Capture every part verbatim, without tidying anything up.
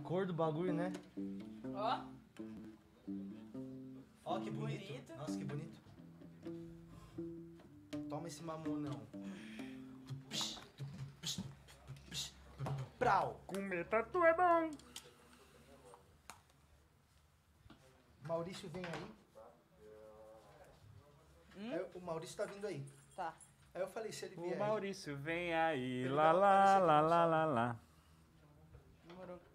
cor do bagulho, né? Ó. Ó, que bonito. Bonito. Nossa, que bonito. Toma esse mamonão. Prau. Comer tatu é bom. Maurício vem aí. Hum? Aí, o Maurício tá vindo aí. Tá. Aí eu falei, se ele vier O Maurício vem aí, Ele lá, vai lá, aparecer lá, aqui no lá, salão. lá, lá. Demorou.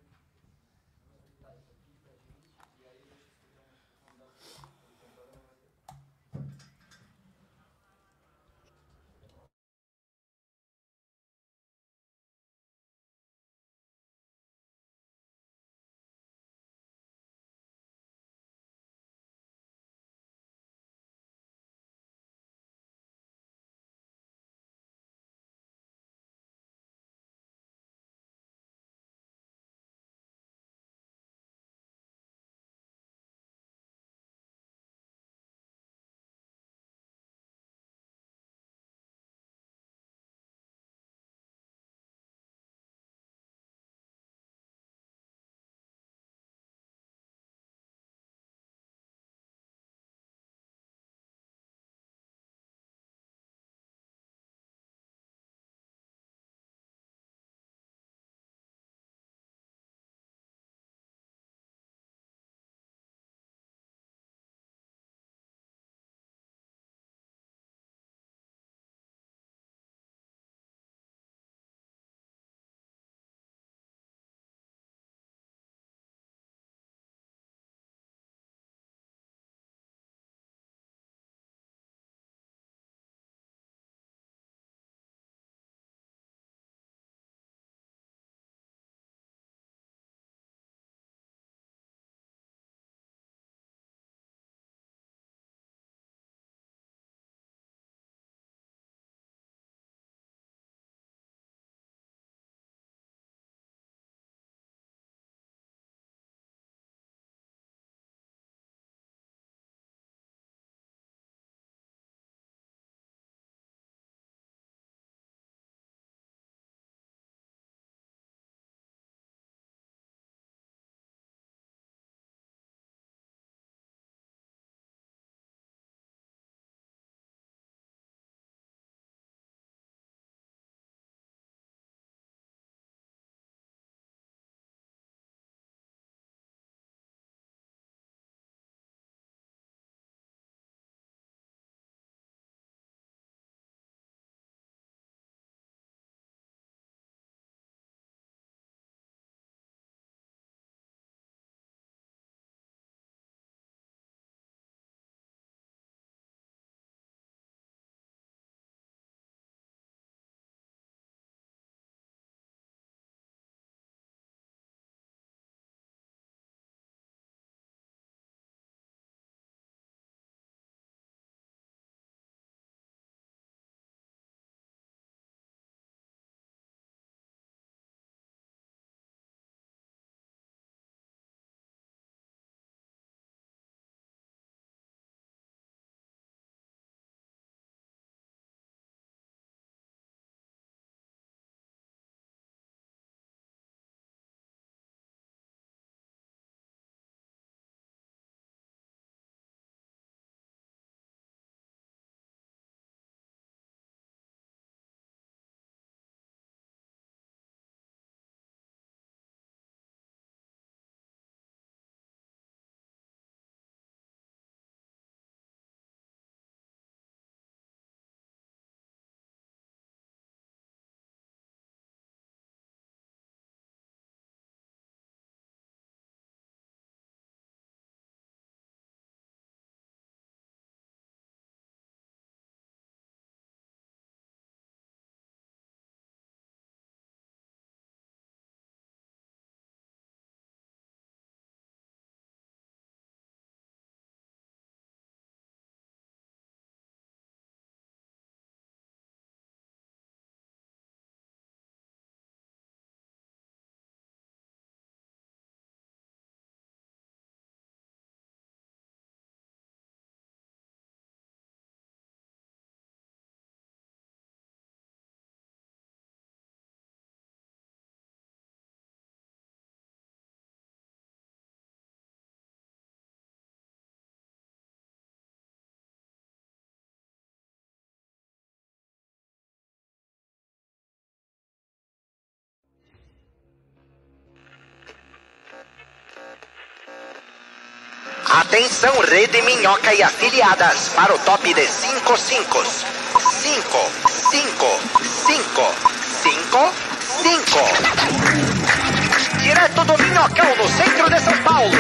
Atenção, Rede Minhoca e afiliadas, para o top de cinco cinco. Cinco, cinco, cinco, cinco, cinco. Direto do Minhocão, no centro de São Paulo.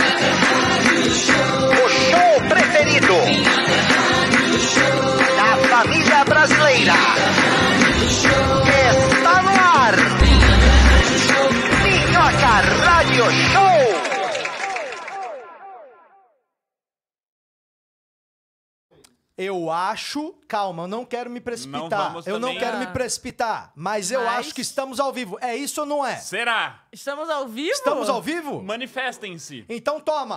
O show preferido da família brasileira. Está no ar. Minhoca Rádio Show. Eu acho... Calma, eu não quero me Não precipitar. vamos eu não também- quero me Ah. precipitar. Mas eu Mas- acho que estamos ao vivo. É isso ou não é? Será? Estamos ao vivo? Estamos ao vivo? Manifestem-se. Então toma.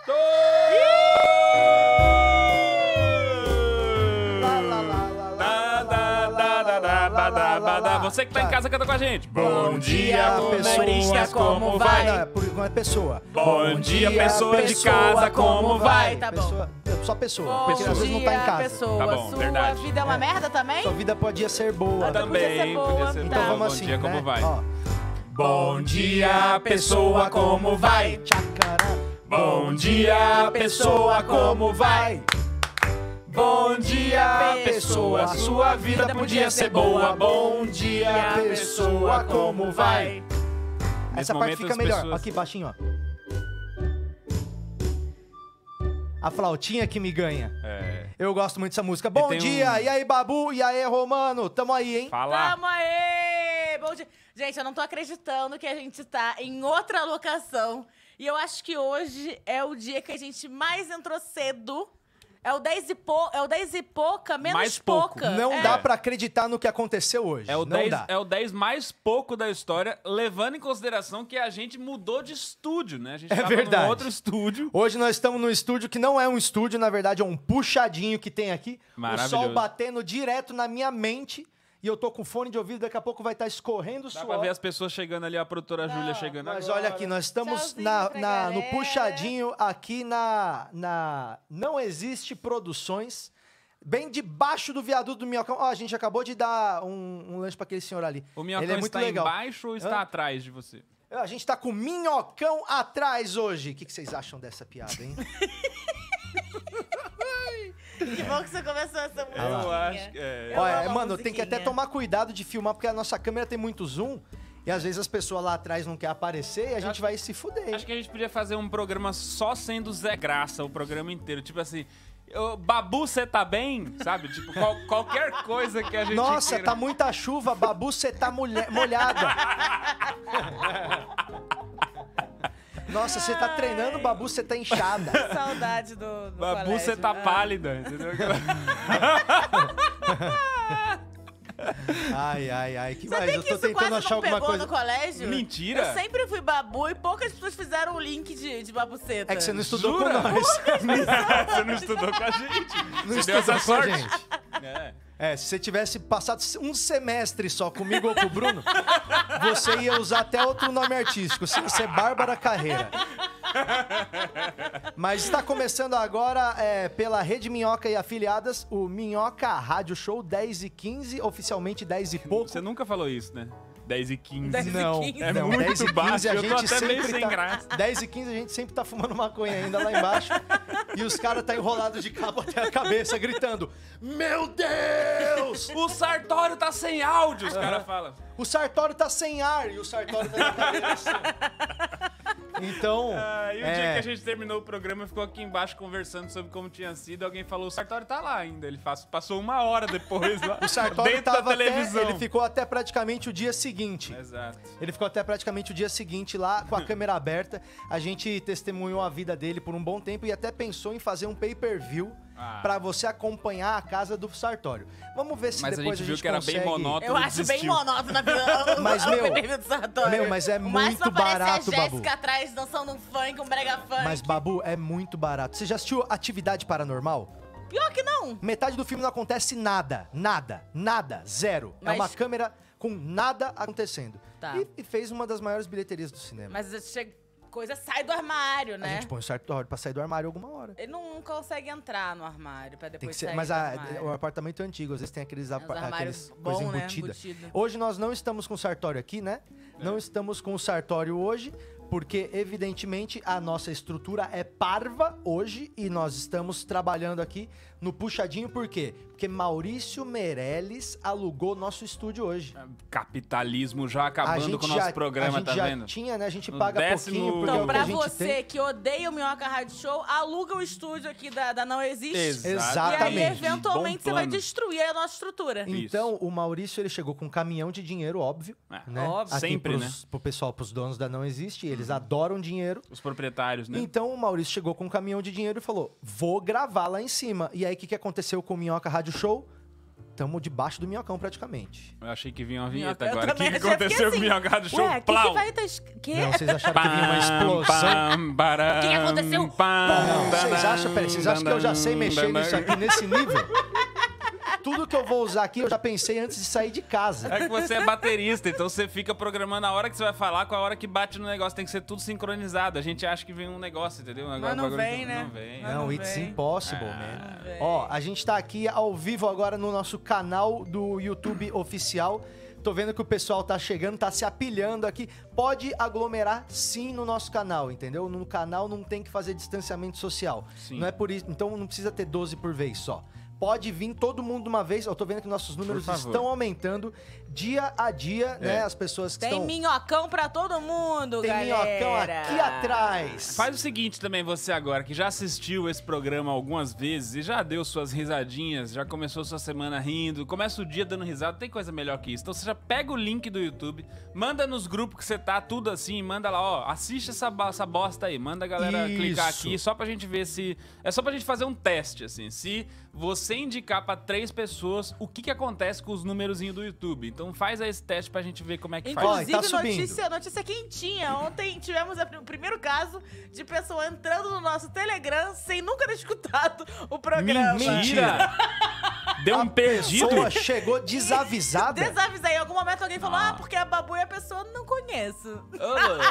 Lá, lá, lá, lá, lá, Da, da, lá, da, lá, da, da, lá, ba, da, lá, ba, da. lá. Você que tá em Tá. casa, canta com a gente. Bom dia, humorista, como vai? Não, é por não é pessoa. Bom dia, pessoa de casa, como vai? Tá bom. Pessoa, só pessoa. Bom Porque às vezes não tá em dia, casa. pessoa. Tá bom, Sua verdade. vida é uma merda também? Sua vida podia ser boa. Ah, Também, boa, podia ser tá. Então bom. vamos Bom assim, dia, como né? vai? Ó. Bom dia, pessoa, como vai? Tchacará. Bom dia, pessoa, como vai? Bom dia, pessoa, sua vida podia ser boa. Bom dia, pessoa, como vai? Essa parte fica melhor. Aqui, baixinho, ó. A flautinha que me ganha. É, Eu gosto muito dessa música. Bom tem dia! um- E aí, Babu? E aí, Romano? Tamo aí, hein? fala. Tamo aí! Bom dia. Gente, eu não tô acreditando que a gente tá em outra locação. E eu acho que hoje é o dia que a gente mais entrou cedo. É o dez e, po... é o dez e pouca, menos Mais pouco. pouca. Não é. dá pra acreditar no que aconteceu hoje. É o, não dez, dá. é o dez mais pouco da história, levando em consideração que a gente mudou de estúdio, né? A gente É tava verdade. num outro estúdio. Hoje nós estamos num estúdio que não é um estúdio, na verdade é um puxadinho que tem aqui. O Maravilhoso. sol batendo direto na minha mente. E eu tô com fone de ouvido, daqui a pouco vai estar escorrendo Dá suor. pra ver as pessoas chegando ali, a produtora Não, Júlia chegando Mas agora. olha aqui, nós estamos Tchauzinho na, pra na- no galera. puxadinho aqui na, na Não Existe Produções, bem debaixo do viaduto do Minhocão. Ó, a gente acabou de dar um, um lanche pra aquele senhor ali. O Minhocão Ele é muito está legal. embaixo ou está Hã? atrás de você? A gente tá com o Minhocão atrás hoje. O que, que vocês acham dessa piada, hein? Que bom que você começou essa música. Eu acho que é. Eu Olha, amo a mano, tem que até musiquinha. tomar cuidado de filmar, porque a nossa câmera tem muito zoom. E às vezes as pessoas lá atrás não querem aparecer e a gente acho- vai se fuder. Acho que a gente podia fazer um programa só sendo Zé Graça, o programa inteiro. Tipo assim, ô, Babu, você tá bem? Sabe? Tipo, qual- qualquer coisa que a gente Nossa, queira. tá muita chuva, Babu, você tá mulher- molhada. Nossa, você tá treinando, Babu, você tá inchada. Saudade do, do Babu, colégio. você tá Ah. pálida, entendeu? Ai, ai, ai, que Sabia mais? Eu que tô isso tentando quase achar não alguma pegou coisa. no colégio? Mentira! Eu sempre fui babu e poucas pessoas fizeram o link de, de babuceta. É que você não estudou Jura? com nós. Você não estudou com a gente. Não Você deu estudou essa com a sorte. gente. É. É, se você tivesse passado um semestre só comigo ou com o Bruno, você ia usar até outro nome artístico. Você ia ser Bárbara Carreira. Mas está começando agora é, pela Rede Minhoca e afiliadas, o Minhoca Rádio Show dez e quinze, oficialmente dez e pouco. Você nunca falou isso, né? dez e quinze. dez e Não, quinze. É não, muito dez e quinze baixo, a eu tô gente até meio sempre sem tá, graça. dez e quinze a gente sempre tá fumando maconha ainda lá embaixo. E os caras tá enrolados de cabo até a cabeça, gritando: Meu Deus! O Sartório tá sem áudio, os caras falam. O Sartório tá sem ar e o Sartório tá na cadeira assim. Então. Ah, e o é, dia que a gente terminou o programa, ficou aqui embaixo conversando sobre como tinha sido. Alguém falou: o Sartório tá lá ainda. Ele faz- passou uma hora depois lá. o Sartório dentro da tava até, televisão. ele ficou até praticamente o dia seguinte. Exato. Ele ficou até praticamente o dia seguinte lá com a câmera aberta. A gente testemunhou a vida dele por um bom tempo e até pensou em fazer um pay-per-view Ah. pra você acompanhar a casa do Sartório. Vamos ver se Mas a depois gente viu que era bem consegue... monótono. Eu acho bem desistiu. monótono a vida. Mas, o meu, bebê do Sartório. meu, mas é O máximo muito aparece barato, a Jéssica Babu. atrás dançando um funk, um brega funk. Mas, Babu, é muito barato. Você já assistiu Atividade Paranormal? Pior que não. Metade do filme não acontece nada. Nada. Nada. Zero. Mas- É uma câmera com nada acontecendo. Tá. E, e fez uma das maiores bilheterias do cinema. Mas che- coisa sai do armário, A né? gente põe o Sartório pra sair do armário alguma hora. Ele não consegue entrar no armário pra Tem depois que ser, sair mas do a- armário. o apartamento é antigo, às vezes tem aqueles, É, os apa- armários aqueles bom, coisa né? embutida. Embutido. Hoje nós não estamos com o Sartório aqui, né? Não estamos com o Sartório hoje, porque evidentemente a nossa estrutura é parva hoje e nós estamos trabalhando aqui no puxadinho, por quê? Porque Maurício Meirelles alugou nosso estúdio hoje. Capitalismo já A acabando gente com o nosso já- programa, a gente tá já vendo? tinha, né? A gente No paga décimo- pouquinho porque é Então, o que pra a gente você tem. que odeia o Minhoca Rádio Show, aluga o estúdio aqui da, da Não Existe. Exatamente. E aí, eventualmente, Bom você vai plano. destruir a nossa estrutura. Isso. Então, o Maurício, ele chegou com um caminhão de dinheiro, óbvio. É, né? óbvio. Aqui Sempre, pros, né? pro pessoal, pros donos da Não Existe, eles adoram dinheiro. Os proprietários, né? Então, o Maurício chegou com um caminhão de dinheiro e falou, vou gravar lá em cima. E aí, o que, que aconteceu com o Minhoca Rádio Show? Tamo debaixo do minhocão, praticamente. Eu achei que vinha uma Minhoca, vinheta eu agora. O que, também que achei, aconteceu porque com o assim, Minhoca Rádio Show? Ué, o que, Plau! que vai estar... es- Quê? Não, vocês acharam que vinha uma explosão? Pam, param, O que aconteceu? pam, Não, vocês dadam, acham, peraí, vocês acham que eu já sei mexer dadam. nisso aqui, nesse nível? Tudo que eu vou usar aqui, eu já pensei antes de sair de casa. É que você é baterista, então você fica programando a hora que você vai falar com a hora que bate no negócio. Tem que ser tudo sincronizado. A gente acha que vem um negócio, entendeu? Um Mas negócio- não bagulho vem, que né? Não vem. Mas Não, não it's vem. impossible, Ah. man. Não vem. Ó, a gente tá aqui ao vivo agora no nosso canal do YouTube oficial. Tô vendo que o pessoal tá chegando, tá se apilhando aqui. Pode aglomerar sim no nosso canal, entendeu? No canal não tem que fazer distanciamento social. Sim. Não é por isso, então não precisa ter doze por vez só. Pode vir todo mundo de uma vez. Eu tô vendo que nossos números favor. estão aumentando dia a dia, né? É. As pessoas que Tem estão... minhocão pra todo mundo, Tem galera. minhocão aqui atrás. Faz o seguinte também, você agora, que já assistiu esse programa algumas vezes e já deu suas risadinhas, já começou sua semana rindo, começa o dia dando risada, tem coisa melhor que isso. Então você já pega o link do YouTube, manda nos grupos que você tá, tudo assim, manda lá, ó, assiste essa, ba- essa bosta aí, manda a galera Isso. clicar aqui, só pra gente ver se... É só pra gente fazer um teste, assim, se você indicar pra três pessoas, o que que acontece com os numerozinhos do YouTube. Então faz aí esse teste pra gente ver como é que faz. Ó, Inclusive, tá subindo. notícia, notícia quentinha. Ontem tivemos a pri- o primeiro caso de pessoa entrando no nosso Telegram sem nunca ter escutado o programa. Mentira! Deu um A perdido? pessoa chegou desavisada. Desavisei. Em algum momento alguém falou, Ah. ah, porque a Babu e a pessoa não conheço. Ô,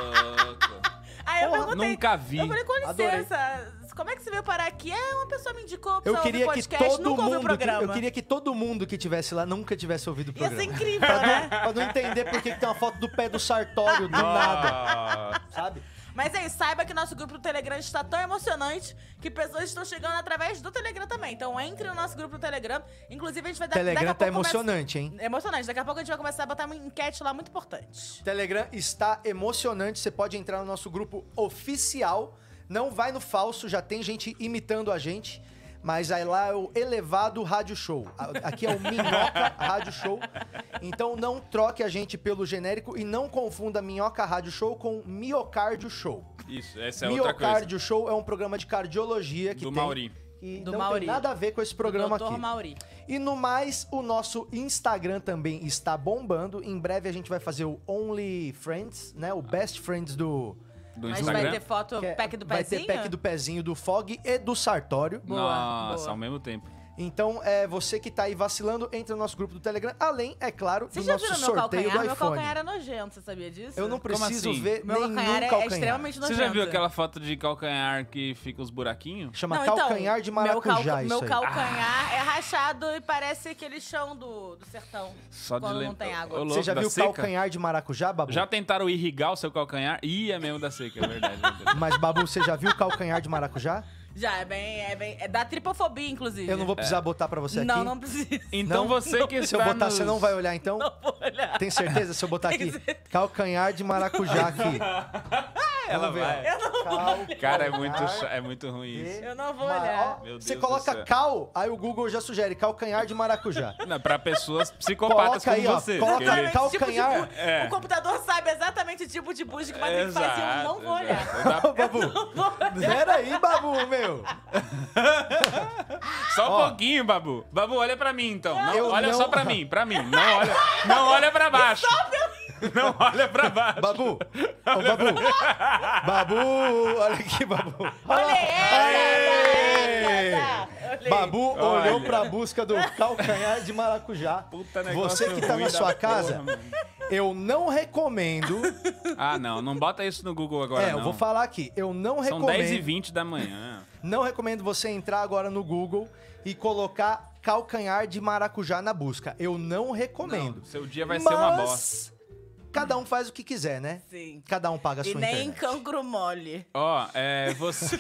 louco. Aí eu Porra, perguntei. nunca vi. Eu falei, com Adorei. licença, como é que você veio parar aqui? É, uma pessoa me indicou pra Eu você ouvir queria que podcast, todo nunca ouviu o mundo, que, programa. eu queria que todo mundo que tivesse lá nunca tivesse ouvido o Ia programa. ser incrível, pra, né? não, pra não entender por que que tem uma foto do pé do Sartório do nada, Ah. sabe? Mas aí, saiba que nosso grupo do Telegram está tão emocionante que pessoas estão chegando através do Telegram também. Então entre no nosso grupo do Telegram. Inclusive, a gente vai dar daqui Telegram a tá pouco começa- emocionante, hein? Emocionante. Daqui a pouco a gente vai começar a botar uma enquete lá muito importante. Telegram está emocionante, você pode entrar no nosso grupo oficial, não vai no falso, já tem gente imitando a gente, mas aí lá é o Elevado Rádio Show. A- Aqui é o Minhoca Rádio Show. Então não troque a gente pelo genérico e não confunda Minhoca Rádio Show com Miocárdio Show. Isso, essa é outra coisa. Miocárdio Show é um programa de cardiologia que Do tem... Mauri. E Do não Mauri. tem nada a ver com esse programa doutor aqui. Mauri. E no mais, o nosso Instagram também está bombando. Em breve a gente vai fazer o Only Friends, né? O Best Friends do... Do Mas Instagram. vai ter foto que é- pack do vai pezinho? ter pack do pezinho do Fog e do Sartório. Boa, Nossa, boa. ao mesmo tempo. Então, é você que tá aí vacilando, entra no nosso grupo do Telegram. Além, é claro, Vocês do já nosso viram meu sorteio calcanhar? do Meu iPhone. calcanhar é nojento, você sabia disso? Eu não preciso assim? ver Meu nenhum calcanhar é- calcanhar. é extremamente nojento. Você já viu aquela foto de calcanhar que fica os buraquinhos? Chama Não, então, calcanhar de maracujá, meu calca- isso Meu aí. calcanhar é rachado e parece aquele chão do, do sertão. Só de quando lem- não tem água. Ô, louco, Você já da viu seca? calcanhar de maracujá, Babu? Já tentaram irrigar o seu calcanhar? Ih, é mesmo da seca, é verdade. é verdade. Mas, Babu, você já viu calcanhar de maracujá? Já, é bem, é bem... É da tripofobia, inclusive. Eu não vou precisar botar pra você aqui. Não, não precisa. Então Não? você que Se eu está botar, nos... você não vai olhar, então? Não vou olhar. Tem certeza se eu botar Tem aqui? certeza. Calcanhar de maracujá aqui. Ela Vamos ver. vai. Eu não Calcanhar Cara, é muito, cha- é muito ruim de isso. Eu não vou ma- olhar. ó, Meu Deus Você do coloca céu. cal, aí o Google já sugere calcanhar de maracujá. Não, pra pessoas psicopatas Coloca aí, como ó, você. coloca porque- aí, calcanhar. Tipo de bu- É. O computador sabe exatamente o tipo de busca que vai ter que fazer. Eu não vou olhar. Exato. Ô, Babu, pera aí, Babu, meu. Só um Ó. pouquinho, Babu. Babu, olha pra mim, então. Não, Eu olha não- só pra mim, pra mim. Não olha, não olha pra baixo. Não olha pra baixo. Babu, ô, Babu. Babu, olha aqui, Babu. Olha Aê! essa! Olhei. Babu Olha. olhou pra busca do calcanhar de maracujá. Puta negócio Você que tá ruim na da sua porra, casa, mano. eu não recomendo. Ah, não. Não bota isso no Google agora, É, não. eu vou falar aqui. Eu não São recomendo. dez e vinte da manhã. Não recomendo você entrar agora no Google e colocar calcanhar de maracujá na busca. Eu não recomendo. Não, seu dia vai ser uma Mas bosta. cada um faz o que quiser, né? Sim. Cada um paga a E sua nem internet. cancro mole. Ó, é, você...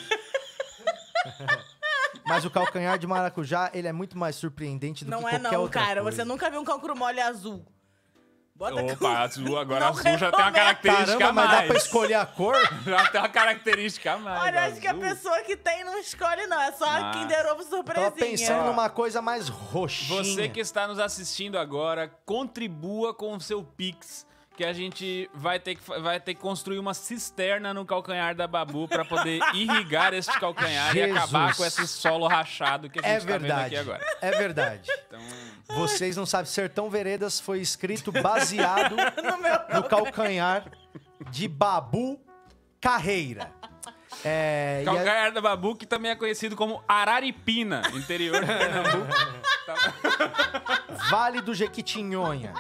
Mas o calcanhar de maracujá, ele é muito mais surpreendente do Não que é qualquer não, outra cara. coisa. Você nunca viu um cancro mole azul. Bota Opa, azul, agora Não azul já tem uma recomendo. característica Caramba, a mas mais. dá pra escolher a cor? Já tem uma característica a mais. Olha, acho que a azul. pessoa que tem não escolhe, não. É só a Nossa. Kinder Ovo Tava surpresinha. pensando numa coisa mais roxinha. Você que está nos assistindo agora, contribua com o seu Pix, que a gente vai ter que, vai ter que construir uma cisterna no calcanhar da Babu para poder irrigar este calcanhar Jesus. e acabar com esse solo rachado que a gente É tá vendo verdade. aqui agora. É verdade. Então, Vocês não sabem, Sertão Veredas foi escrito baseado No meu no calcanhar de Babu Carreira. É, e a- calcanhar da Babu, que também é conhecido como Araripina, interior de Pernambuco. Vale do Jequitinhonha.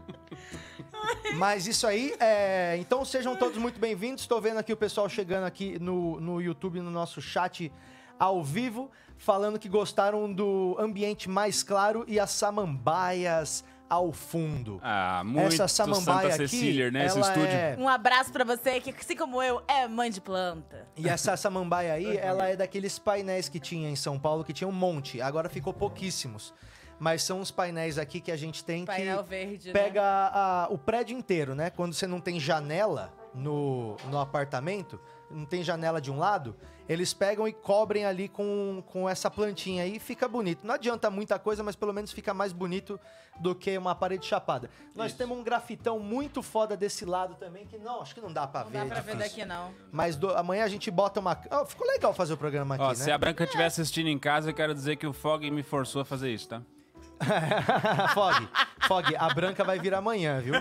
Mas isso aí, é... então sejam todos muito bem-vindos. Estou vendo aqui o pessoal chegando aqui no, no YouTube, no nosso chat ao vivo, falando que gostaram do ambiente mais claro e as samambaias ao fundo. Ah, muito Essa samambaia Santa aqui, Cecília, né? Esse ela estúdio. é... Um abraço pra você, que assim como eu, é mãe de planta. E essa samambaia aí, ela é daqueles painéis que tinha em São Paulo, que tinha um monte. Agora ficou pouquíssimos. Mas são os painéis aqui que a gente tem Painel que verde, pega né? a- o prédio inteiro, né? Quando você não tem janela no, no apartamento, não tem janela de um lado, eles pegam e cobrem ali com, com essa plantinha aí e fica bonito. Não adianta muita coisa, mas pelo menos fica mais bonito do que uma parede chapada. Nós Isso. temos um grafitão muito foda desse lado também, que não, acho que não dá pra Não ver. dá é pra ver difícil. daqui, não. Mas do- amanhã a gente bota uma... Oh, ficou legal fazer o programa aqui, Ó, né? se a Branca estiver assistindo em casa, eu quero dizer que o Fog me forçou a fazer isso, tá? Fog, Fog, a Branca vai vir amanhã, viu?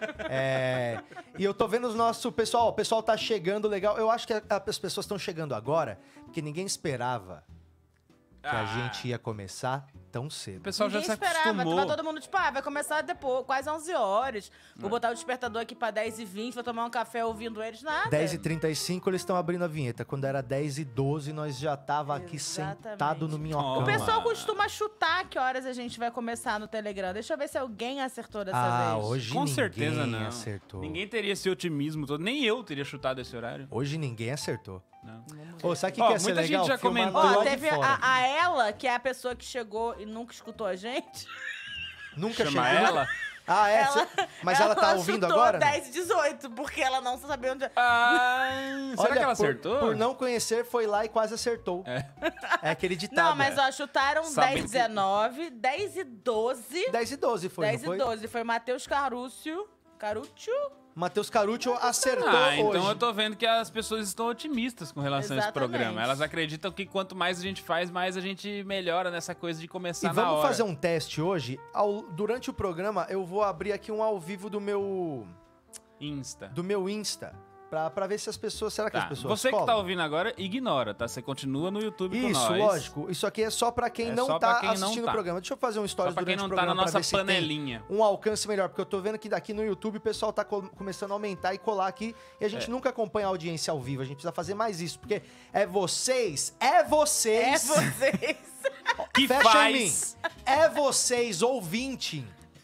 É, e eu tô vendo os nossos... Pessoal, o pessoal tá chegando legal. Eu acho que a- as pessoas estão chegando agora, porque ninguém esperava que a Ah. gente ia começar tão O cedo. pessoal Ninguém já se esperava, acostumou. tava todo mundo tipo, ah, vai começar depois, quase onze horas. Vou botar o despertador aqui pra dez e vinte, vou tomar um café ouvindo eles, nada. dez e trinta e cinco eles estão abrindo a vinheta. Quando era dez e doze, nós já tava aqui Exatamente. sentado no minhocão. O Toma. pessoal costuma chutar que horas a gente vai começar no Telegram. Deixa eu ver se alguém acertou dessa Ah, vez. hoje Com ninguém certeza não. acertou. Ninguém teria esse otimismo todo. Nem eu teria chutado esse horário. Hoje ninguém acertou. Não. Ô, sabe o que, Ó, que ia ser muita gente legal? já Filmar comentou. do Ó, lado de teve fora. a, a ela, que é a pessoa que chegou e nunca escutou a gente. Nunca Chama chegou. ela? Ah, é? Ela- Cê- Mas ela, tá ouvindo chutou agora? não? dez e dezoito, porque ela não sabia onde... Ah, será Olha, que ela por- acertou? Por não conhecer, foi lá e quase acertou. É. É aquele ditado. Não, mas ó, chutaram Sabem dez e dezenove, dez e doze... dez e doze foi, dez não foi? e doze. Foi Matheus Carúcio. Carúcio? Matheus Caruccio acertou Ah, hoje. então eu tô vendo que as pessoas estão otimistas com relação a esse Exatamente. programa. Elas acreditam que quanto mais a gente faz, mais a gente melhora nessa coisa de começar E na vamos hora. fazer um teste hoje. Ao- durante o programa, eu vou abrir aqui um ao vivo do meu, Insta. do meu Insta. Pra, pra ver se as pessoas... Será que Tá. as pessoas Você que colam? tá ouvindo agora, ignora, tá? Você continua no YouTube com Isso, nós. lógico. Isso aqui é só pra quem É não só tá pra quem não assistindo tá. o programa. Deixa eu fazer um Só stories pra quem durante não o tá na programa pra nossa ver se tem panelinha. um alcance melhor, porque eu tô vendo que daqui no YouTube o pessoal tá co- começando a aumentar e colar aqui, e a gente É. nunca acompanha a audiência ao vivo, a gente precisa fazer mais isso, porque é vocês, é É vocês, vocês. Que fecha faz... em mim, é vocês, ouvinte,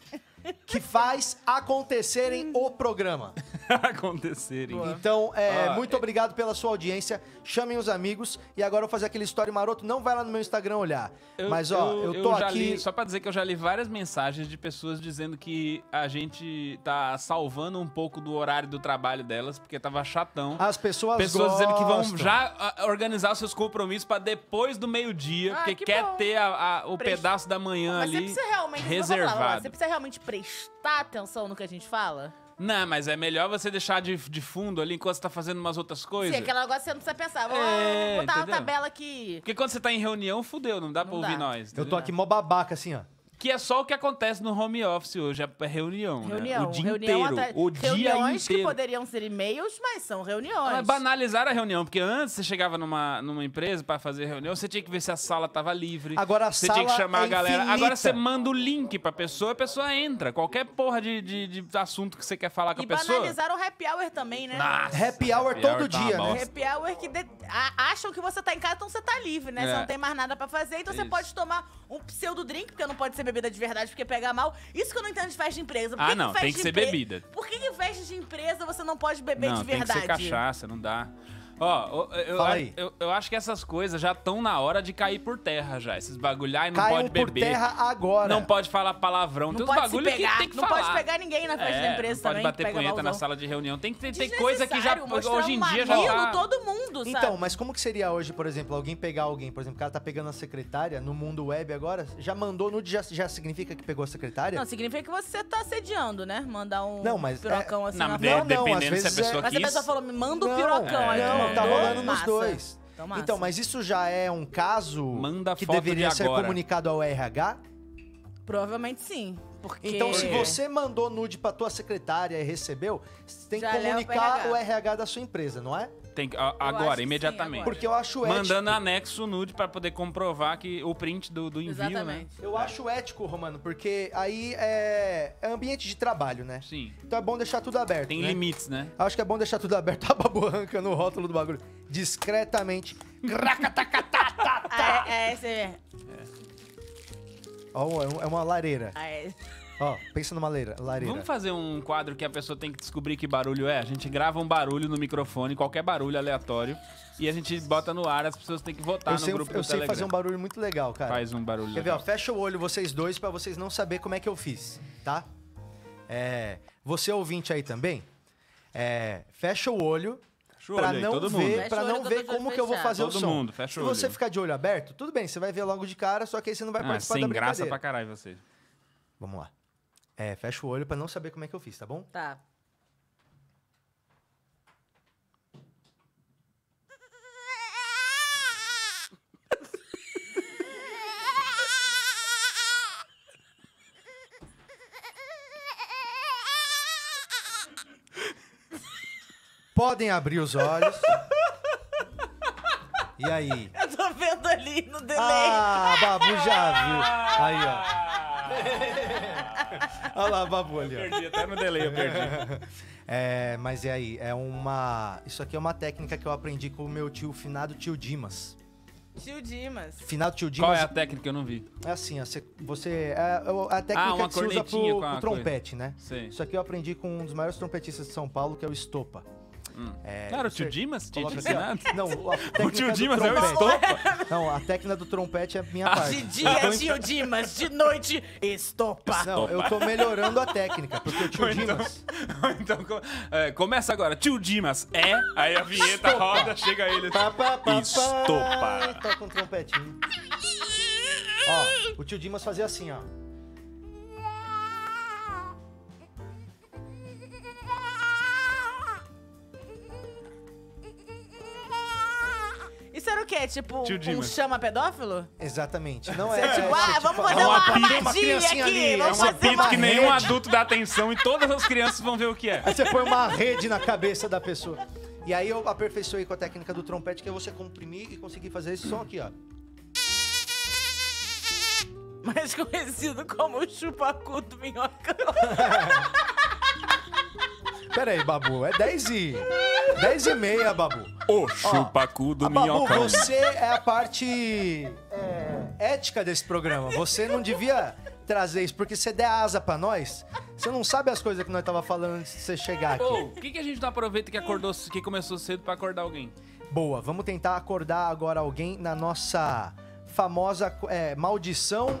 que faz acontecerem o programa. acontecerem. Então, é, Ah, muito é- obrigado pela sua audiência, chamem os amigos, e agora eu vou fazer aquele story maroto, não vai lá no meu Instagram olhar, mas ó, eu, tô já aqui... li- só pra dizer que eu já li várias mensagens de pessoas dizendo que a gente tá salvando um pouco do horário do trabalho delas, porque tava chatão. As pessoas Pessoas dizendo que vão gostam. já ah, organizar seus compromissos pra depois do meio-dia, Ah, porque que quer bom. ter a- a- o Presta- pedaço da manhã Mas você ali precisa realmente... vamos lá, vamos lá. reservado. Você precisa realmente prestar atenção no que a gente fala? Não, mas é melhor você deixar de, de fundo ali enquanto você tá fazendo umas outras coisas. Sim, aquele negócio que você não precisa pensar. Vou É, botar uma entendeu? tabela aqui. Porque quando você tá em reunião, fudeu, não dá pra Não ouvir dá. nós. Eu tô entendeu? aqui mó babaca, assim, ó. Que é só o que acontece no home office hoje, é reunião, né? Reunião. O dia reunião inteiro, atrás- o dia Reuniões que inteiro. poderiam ser e-mails, mas são reuniões. Mas banalizar a reunião, porque antes você chegava numa, numa empresa pra fazer reunião, você tinha que ver se a sala tava livre. Agora a você sala tinha que chamar é a galera. infinita. Agora você manda o link pra pessoa, a pessoa entra. Qualquer porra de, de, de assunto que você quer falar com E a pessoa. banalizaram o happy hour também, né? Nossa, Happy hour todo tá uma dia, né? bosta. Happy hour que de- a- acham que você tá em casa, então você tá livre, né? Você É. não tem mais nada pra fazer, então você Isso. pode tomar um pseudo drink, porque não pode ser bebida de verdade, porque pega mal. Isso que eu não entendo de festa de empresa. Por Ah, que não, que festa tem que de ser empre- bebida. Por que que festa de empresa você não pode beber Não, de tem que verdade? ser cachaça, não dá. Ó, eu, eu, Fala eu, aí. eu, eu acho que essas coisas já estão na hora de cair por terra já. Esses bagulho, ai, não Caiam pode por beber. terra agora. Não pode falar palavrão. Não tem uns pode se bagulho pegar, que tem que não falar. pode pegar ninguém na festa É, da empresa não pode também. bater pega punheta na malzão. sala de reunião. Tem que ter, ter coisa que já... Desnecessário, Hoje em mostrar dia um já mamilo, tá... todo mundo, sabe? Então, mas como que seria hoje, por exemplo, alguém pegar alguém, por exemplo, o cara tá pegando a secretária no mundo web agora, já mandou nude, já, já significa que pegou a secretária? Não, significa que você tá assediando, né? Mandar um Não, mas pirocão é- assim Não, na mas Não, frente. não, às dependendo se a vezes pessoa é- Mas a quis... pessoa falou, me manda o Não, pirocão. Aí tu é, Não, tá mandou, rolando nos massa. dois. Então, massa. Então, mas isso já é um caso Manda que foto deveria de ser agora. comunicado ao R H? Provavelmente sim. Porque... Então, se você mandou nude pra tua secretária e recebeu, você tem que Já leva pro comunicar R H. o R H da sua empresa, não é? Tem que, a- acho que agora, sim, imediatamente. agora. Porque eu acho ético. Mandando anexo nude pra poder comprovar que o print do, do envio, Exatamente. né? Eu acho ético, Romano, porque aí é, é ambiente de trabalho, né? Sim. Então é bom deixar tudo aberto. Tem né? limites, né? Acho que é bom deixar tudo aberto. A babu arranca no rótulo do bagulho. Discretamente. Ah, é, é, esse... Ó, é um- é uma lareira. ah, é. Ó, pensa numa lareira. lareira. Vamos fazer um quadro que a pessoa tem que descobrir que barulho é? A gente grava um barulho no microfone, qualquer barulho aleatório, e a gente bota no ar, as pessoas têm que votar eu no sei, grupo eu do sei Telegram. fazer um barulho muito legal, cara. Faz um barulho. Quer ver, ó? Fecha o olho vocês dois pra vocês não saber como é que eu fiz, tá? É, você ouvinte aí também, é, fecha o olho Fecha o pra olho aí, não todo ver, mundo. Fecha pra o olho não que eu ver tô de olho como que eu vou fechado. fazer Todo o som. mundo, fecha Se o olho. você ficar de olho aberto, tudo bem, você vai ver logo de cara, só que aí você não vai Ah, participar sem da graça brincadeira. pra caralho você. Vamos lá. É, fecha o olho pra não saber como é que eu fiz, tá bom? Tá. Podem abrir os olhos. E aí? Eu tô vendo ali no delay. Ah, Babu já viu. Aí, ó. Olha lá, Babu ali, ó. Perdi, até no delay eu perdi. É, mas e aí? É uma... Isso aqui é uma técnica que eu aprendi com o meu tio, finado tio Dimas. Tio Dimas. Finado tio Dimas... Qual é a técnica que eu não vi? É assim, ó, você... você é a técnica Ah, uma que se usa cornetinha pro, com a pro trompete, né? Sei. Isso aqui eu aprendi com um dos maiores trompetistas de São Paulo, que é o Estopa. Hum. É, Não era o você tio Dimas? Tinha te coloca assim, ó. ensinado? Não, a técnica O tio do Dimas é o trompete. Estopa? Não, a técnica do trompete é minha Ah, parte. De dia, tio Dimas. De noite, estopa. Não, eu tô melhorando a técnica, porque o tio Ou então, Dimas... ou então co- é, começa agora, tio Dimas é, aí a vinheta roda, chega ele. Pá, pá, pá, Estopa. pá, toca um trompetinho. Ó, o tio Dimas fazia assim, ó. Isso era o quê? Tipo, Tio um Dimas. chama pedófilo? Exatamente. Não Você é, é tipo, é ah, tipo, vamos ó, fazer é uma uma pita, armadilha uma criancinha aqui. ali, é Vamos É um fazer apito uma que nenhum rede. adulto dá atenção e todas as crianças vão ver o que é. Aí você põe uma rede na cabeça da pessoa. E aí eu aperfeiçoei com a técnica do trompete, que é você comprimir e conseguir fazer esse som aqui, ó. Mais conhecido como o chupacu do minhocão. Pera aí, Babu, é dez e... dez e meia, Babu. O chupacu do Ah, Babu, minhocão. você é a parte é, ética desse programa. Você não devia trazer isso, porque você der asa pra nós, você não sabe as coisas que nós tava falando antes de você chegar aqui. Pô, por que, que a gente não aproveita que acordou, que começou cedo pra acordar alguém? Boa, vamos tentar acordar agora alguém na nossa famosa é, maldição...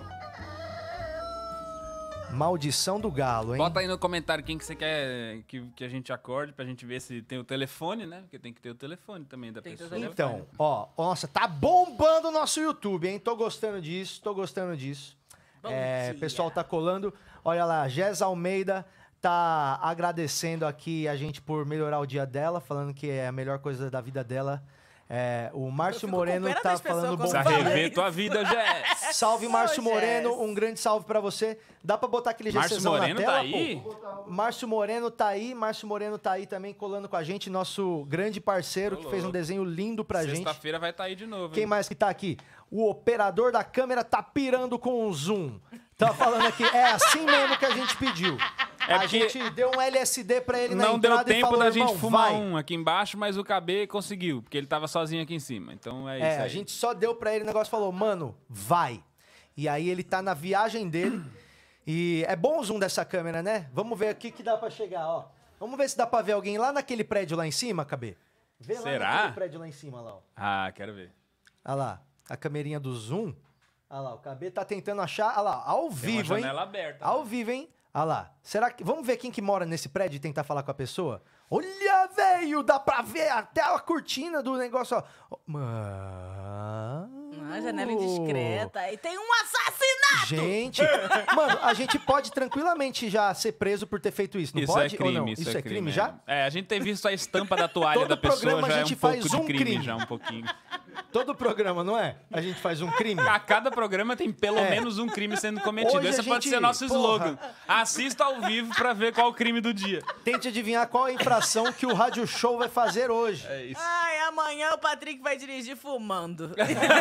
Maldição do galo, hein? Bota aí no comentário quem que você quer que, que a gente acorde pra gente ver se tem o telefone, né? Porque tem que ter o telefone também da Tem que ter o pessoa. telefone. Então, ó, nossa, tá bombando o nosso YouTube, hein? Tô gostando disso, tô gostando disso. Bom É, dia. o pessoal tá colando. Olha lá, Jéssica Almeida tá agradecendo aqui a gente por melhorar o dia dela, falando que é a melhor coisa da vida dela. É, o Márcio fico com Moreno pena tá das pessoas falando bom quando Precisa Fala dia. rever isso. tua vida, Jess. Salve, Márcio Ô, Moreno, Jess. um grande salve pra você. Dá pra botar aquele Márcio GCzão na Moreno tela, tá pô? aí? Márcio Moreno tá aí, Márcio Moreno tá aí também colando com a gente, nosso grande parceiro que Ô, fez um louco. desenho lindo pra gente. Sexta-feira vai estar aí de novo. Quem hein? mais que tá aqui? O operador da câmera tá pirando com o zoom. Tá falando aqui, é assim mesmo que a gente pediu. É a porque gente deu um L S D pra ele na Não deu entrada e tempo falou, da gente irmão, fumar vai. um aqui embaixo, mas o K B conseguiu, porque ele tava sozinho aqui em cima. Então é isso É, aí. a gente só deu pra ele o negócio e falou, mano, vai. E aí ele tá na viagem dele. E é bom o zoom dessa câmera, né? Vamos ver aqui que dá pra chegar, ó. Vamos ver se dá pra ver alguém lá naquele prédio lá em cima, Cabê. Vê lá Será? naquele prédio lá em cima, lá, ó. Ah, quero ver. Olha lá, a camerinha do zoom. Olha lá, o Cabê tá tentando achar. Olha lá, ao Tem vivo, uma hein? janela aberta. Ao vivo, hein? Olha lá. Será que... Vamos ver quem que mora nesse prédio e tentar falar com a pessoa? Olha, velho! Dá pra ver até a cortina do negócio, ó. Mano... Uma janela indiscreta. E tem um assassinato! Gente, mano, a gente pode tranquilamente já ser preso por ter feito isso, não Isso pode é crime, ou não? isso, Isso é crime, é. já? É, a gente ter visto a estampa da toalha Todo da pessoa programa já a é um gente pouco faz de um crime, crime. já um pouquinho. Todo programa, não é? A gente faz um crime. A cada programa tem pelo É. menos um crime sendo cometido. Hoje a Esse pode gente- ser nosso porra. slogan. Assista ao vivo pra ver qual o crime do dia. Tente adivinhar qual é a infração que o Rádio Show vai fazer hoje. É isso. Ai, amanhã o Patrick vai dirigir fumando.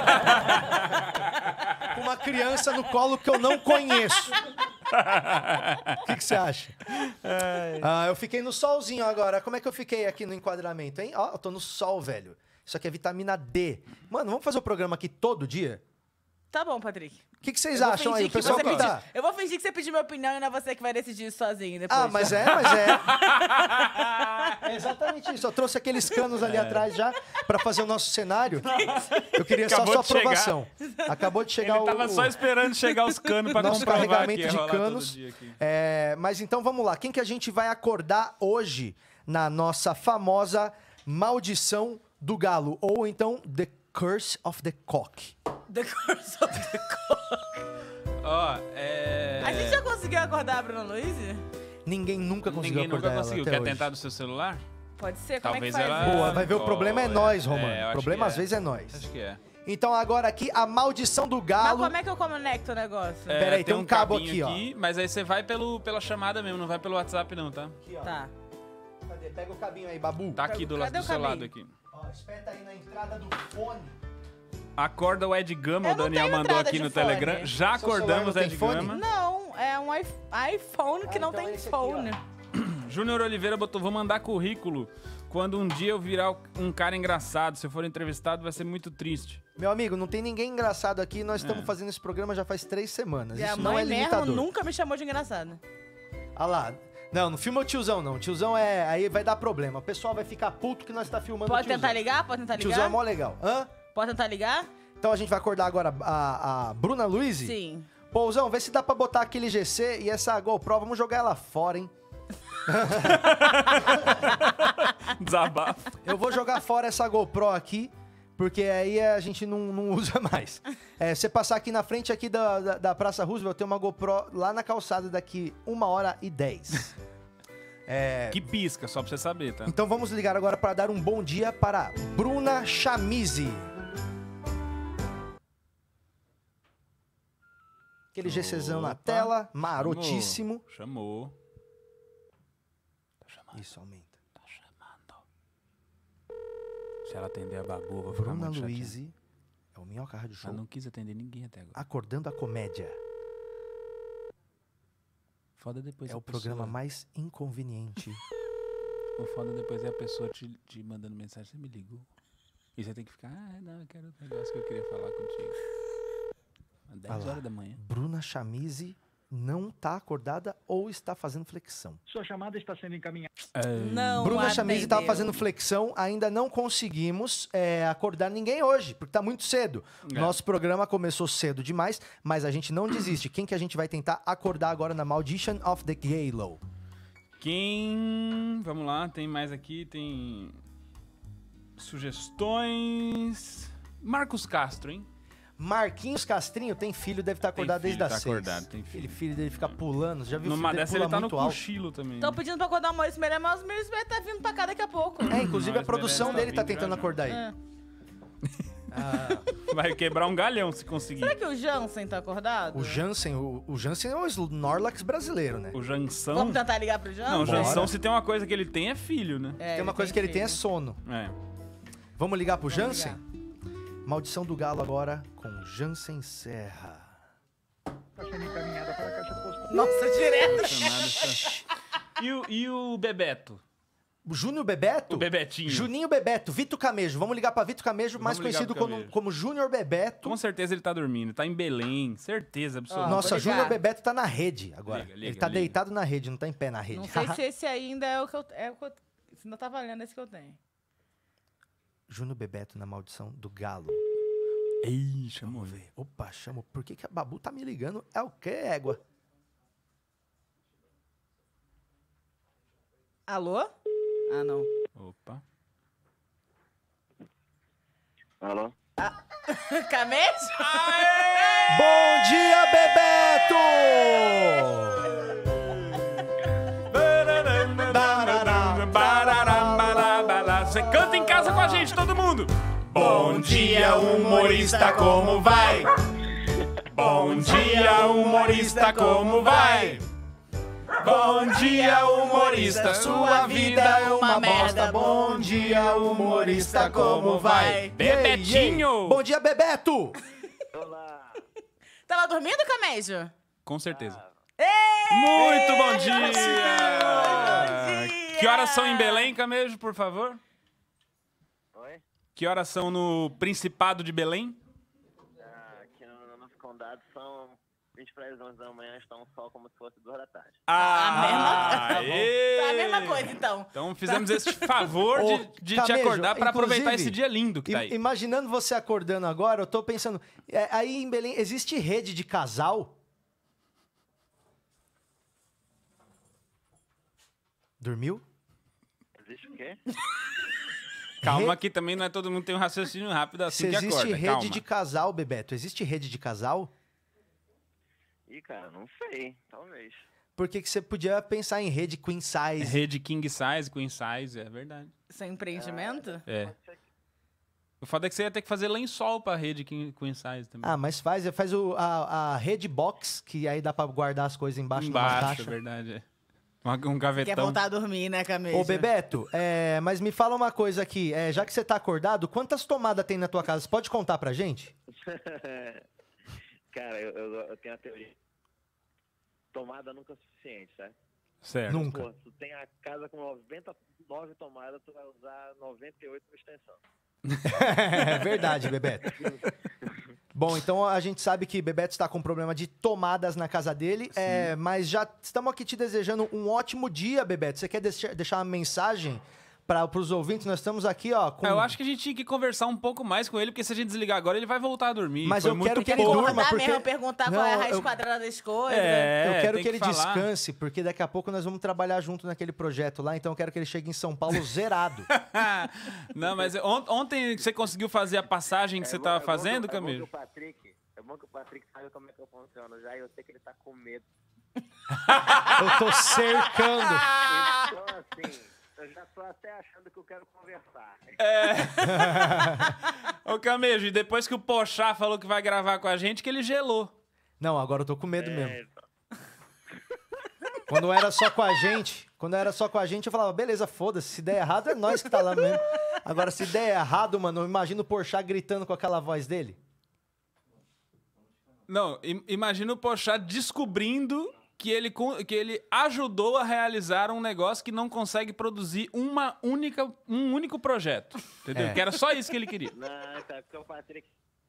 Com uma criança no colo que eu não conheço. O que que você acha? Ah, eu fiquei no solzinho agora. Como é que eu fiquei aqui no enquadramento, hein? Ó, eu tô no sol, velho. Isso aqui é vitamina D. Mano, vamos fazer o programa aqui todo dia? Tá bom, Patrick. O que, que vocês Eu vou acham aí? fingir O que pessoal você que pediu- tá... Eu vou fingir que você pediu minha opinião e não é você que vai decidir isso sozinho depois. Ah, mas é, mas é. É exatamente isso. Eu trouxe aqueles canos ali atrás já pra fazer o nosso cenário. Eu queria Acabou só de sua aprovação. Acabou de chegar Ele tava o... só esperando chegar os canos pra Nosso comprovar carregamento que ia de rolar todo canos. dia aqui. É, mas então vamos lá. Quem que a gente vai acordar hoje na nossa famosa maldição do galo? Ou então The Curse of the Cock. The Curse of the Cock. Ó, é... A gente já conseguiu acordar a Bruna Luiz? Ninguém nunca conseguiu Ninguém nunca acordar conseguiu. ela Quer até hoje. tentar do seu celular? Pode ser? Como Talvez é que faz? ela- Boa, vai ver o Oh, problema é é. nós, É, Romano. eu o acho problema que às é. vezes é nós. Acho que é. Então agora aqui, a maldição do Mas galo. como é que eu conecto o negócio? É, Peraí, tem um cabo cabinho aqui, ó. Mas aí você vai pelo, pela chamada mesmo, não vai pelo WhatsApp não, tá? Aqui, ó. Tá. Cadê? Pega o cabinho aí, Babu. Tá aqui do, lado Cadê do o seu cabinho? lado aqui. Ó, espeta aí na entrada do fone. Acorda o Ed Gama, Eu o não Daniel tenho mandou entrada aqui de no fone. Telegram. Já Seu celular acordamos não o tem Ed fone? Gama. Não, é um i- iPhone que Ah, não então tem esse aqui, ó. phone. Júnior Oliveira botou, vou mandar currículo. Quando um dia eu virar um cara engraçado, se eu for entrevistado, vai ser muito triste. Meu amigo, não tem ninguém engraçado aqui. Nós estamos É. fazendo esse programa já faz três semanas. E a Isso não é mãe mesmo limitador. nunca me chamou de engraçada. Olha lá. Não, não filma o tiozão, não. O tiozão é... Aí vai dar problema. O pessoal vai ficar puto que nós tá filmando Pode o tiozão. tentar ligar? Pode tentar O tiozão é ligar? mó legal. Hã? Pode tentar ligar? Então a gente vai acordar agora a, a Bruna Luiz? Sim. Pouzão, vê se dá pra botar aquele G C e essa GoPro, vamos jogar ela fora, hein? Desabafo. Eu vou jogar fora essa GoPro aqui, porque aí a gente não, não usa mais. É, você passar aqui na frente aqui da, da, da Praça Roosevelt, tem uma GoPro lá na calçada daqui uma hora e dez. É, Que pisca, só pra você saber, tá? então vamos ligar agora para dar um bom dia para Bruna Chamizi. Aquele GCzão na Opa. tela, marotíssimo. Chamou. Tá chamando. Isso, aumenta. Tá chamando. Se ela atender a Babu, eu vou ficar Bruna muito chateado. Luiz é o Minhoca Rádio Show, Ela não quis atender ninguém até agora. acordando a comédia. Foda depois É a o programa pessoa- mais inconveniente. O foda depois é a pessoa te, te mandando mensagem, você me ligou. E você tem que ficar, ah, não, eu quero outro negócio que eu queria falar contigo. Às dez Olha lá. horas da manhã. Bruna Chamizi não tá acordada ou está fazendo flexão. Sua chamada está sendo encaminhada. Não Bruna Chamizi estava atendeu. fazendo flexão, ainda não conseguimos é, acordar ninguém hoje, porque tá muito cedo. É. Nosso programa começou cedo demais, mas a gente não desiste. Quem que a gente vai tentar acordar agora na Maldition of the Galo? Quem... Vamos lá, tem mais aqui, tem... Sugestões... Marcos Castro, hein? Marquinhos Castrinho tem filho, deve estar acordado filho, desde tá as seis. acordado, tem filho. Aquele filho dele fica pulando, já viu o filho Numa dele dessa pula ele tá no muito alto. cochilo também. Tô pedindo pra acordar o Maurício Meirelles, mas o Maurício Meirelles tá vindo pra cá daqui a pouco. É, inclusive a Mas produção merece, dele tá tá vindo tentando já, já. acordar ele. É. Ah, Vai quebrar um galhão se conseguir. Será que o Jansen tá acordado? o Jansen, o, o Jansen é o Snorlax brasileiro, né? O Jansão... Vamos tentar ligar pro Jansen? Não, o Bora. Jansão, se tem uma coisa que ele tem, é filho, né? É, tem uma coisa que ele tem é filho. sono. É. Vamos ligar pro Vamos Jansen? ligar. Maldição do Galo agora com Jansen Serra. Está sendo encaminhada para a caixa postal. Nossa, direto. Chamada essa- E o, e o Bebeto? O Júnior Bebeto? O Bebetinho. Juninho Bebeto, Vitor Camejo. Vamos ligar pra Vitor Camejo, mais Vamos ligar conhecido pro como, Camejo. como Júnior Bebeto. Com certeza ele tá dormindo. Tá em Belém. Certeza absoluta. Ah, Nossa, vou ligar. Júnior Bebeto tá na rede agora. Liga, liga, Ele tá liga. deitado na rede, não tá em pé na rede. Não sei se esse ainda é o que eu... É o que eu se ainda tá valendo esse que eu tenho. Júnior Bebeto na maldição do galo. Ei, chamou. Vamos ver. Opa, chama. Por que, que a Babu tá me ligando? É o quê, égua? Alô? Ah, não. Opa. Alô? Camejo? Bom dia, Bebeto! Você canta em casa com a gente, todo mundo. Bom dia, humorista, como vai? Bom dia, humorista, como vai? Bom dia, humorista, sua vida é uma merda. Bom dia, humorista, como vai? Bebetinho! Bom dia, Bebeto! Olá. Tava dormindo, Camejo? Com certeza. Ei! Muito bom Bom dia! dia! Que horas são em Belém, Camejo, por favor? Oi? Que horas são no Principado de Belém? Ah, aqui no nosso condado são vinte para as onze da manhã, está um sol como se fosse duas da tarde. A mesma, Ah, tá bom. aê! Tá a mesma coisa, então. Então fizemos esse favor Ô, de, de te Camejo, acordar para aproveitar inclusive, esse dia lindo que tá I- aí. Imaginando você acordando agora, eu tô pensando... é, aí em Belém, existe rede de casal? Dormiu? Existe o quê? Calma Re- que também não é todo mundo tem um raciocínio rápido assim Se que existe acorda. rede Calma. de casal, Bebeto? Existe rede de casal? Ih, cara, não sei. Talvez. Por que que você podia pensar em rede queen size? Rede king size, queen size, é verdade. Seu empreendimento? É. O foda é que você ia ter que fazer lençol pra rede king, queen size também. Ah, mas faz, faz o, a, a rede box, que aí dá pra guardar as coisas embaixo, numa Embaixo, é caixa. verdade. É. Uma- Um Quer gavetão. voltar a dormir, né, Camejo? Ô, Bebeto, é, mas me fala uma coisa aqui. é, já que você tá acordado, quantas tomadas tem na tua casa? Você pode contar pra gente? Cara, eu, eu, eu tenho a teoria. Tomada nunca é suficiente, certo? Certo. Nunca. Pô, tu tem a casa com noventa e nove tomadas, tu vai usar noventa e oito como extensão. É verdade, Bebeto. Bom, então a gente sabe que Bebeto está com problema de tomadas na casa dele, é, mas já estamos aqui te desejando um ótimo dia, Bebeto. Você quer deixar, deixar uma mensagem para os ouvintes? Nós estamos aqui, ó. Com... É, eu acho que a gente tinha que conversar um pouco mais com ele, porque se a gente desligar agora, ele vai voltar a dormir. Mas Foi eu muito quero que Quer ele pouco. durma, acordar porque- mesmo, perguntar Não, qual é a raiz eu- quadrada das coisas. É, eu quero tem que ele falar. descanse, porque daqui a pouco nós vamos trabalhar junto naquele projeto lá, então eu quero que ele chegue em São Paulo zerado. Não, mas on- ontem você conseguiu fazer a passagem que você bom- tava bom fazendo, que- é bom que Camilo? o Patrick, é bom que o Patrick sabe como é que eu funciono já e eu sei que ele tá com medo. Eu tô cercando. Então, assim, eu já tô até achando que eu quero conversar. Ô, Camejo, e depois que o Pochá falou que vai gravar com a gente, que ele gelou. Não, agora eu tô com medo É, mesmo. então. Quando era só com a gente, quando era só com a gente, eu falava, beleza, foda-se, se der errado é nós que tá lá mesmo. Agora, se der errado, mano, eu imagino o Porchat gritando com aquela voz dele. Não, im- imagina o Pochá descobrindo que ele, con- que ele ajudou a realizar um negócio que não consegue produzir uma única, um único projeto. Entendeu? É. Que era só isso que ele queria. Não, cara, porque o Patrick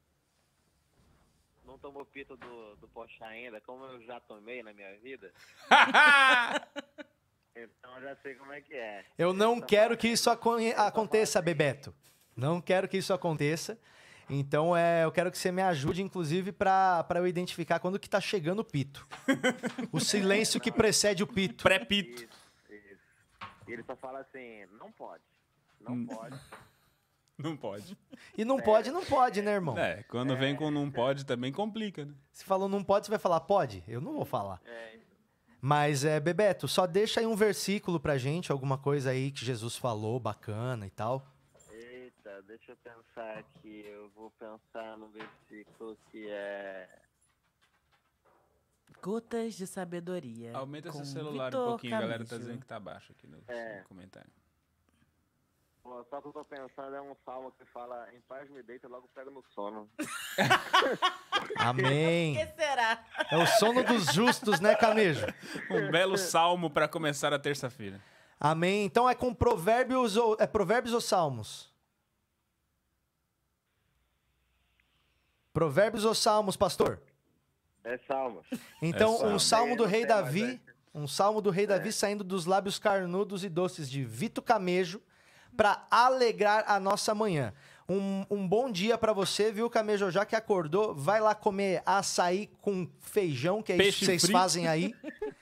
não tomou pito do, do Pochá ainda, como eu já tomei na minha vida, então eu já sei como é que é. Eu não quero que isso aconhe- aconteça, Bebeto. Não quero que isso aconteça. Então, é, eu quero que você me ajude, inclusive, pra pra eu identificar quando que tá chegando o pito. O silêncio que precede o pito. Pré-pito. Isso, isso. E ele só fala assim, não pode, não pode. Não pode. E não pode, não pode, né, irmão? É, quando vem com não pode também complica, né? Se falou não pode, você vai falar pode? Eu não vou falar. É, Mas, é, Bebeto, só deixa aí um versículo pra gente, alguma coisa aí que Jesus falou, bacana e tal. eita, deixa eu pensar aqui, eu vou pensar no versículo que é... Gotas de sabedoria. Aumenta com seu celular Vitor um pouquinho, a galera tá Camejo. dizendo que tá baixo aqui no, É. no comentário. Pô, só que eu tô pensando é um salmo que fala, em paz me deito e logo pego no sono. Amém. O que será? É o sono dos justos, né, Camejo? Um belo salmo pra começar a terça-feira. Amém. Então é com provérbios ou, é provérbios ou salmos? Provérbios ou salmos, pastor? É salmos. Então, É um salmo. salmo do Eu não rei sei, mas Davi, é. um salmo do rei Davi saindo dos lábios carnudos e doces de Vito Camejo para alegrar a nossa manhã. Um, um bom dia para você, viu, Camejo? Já que acordou, vai lá comer açaí com feijão, que é isso Peixe que vocês frito. fazem aí.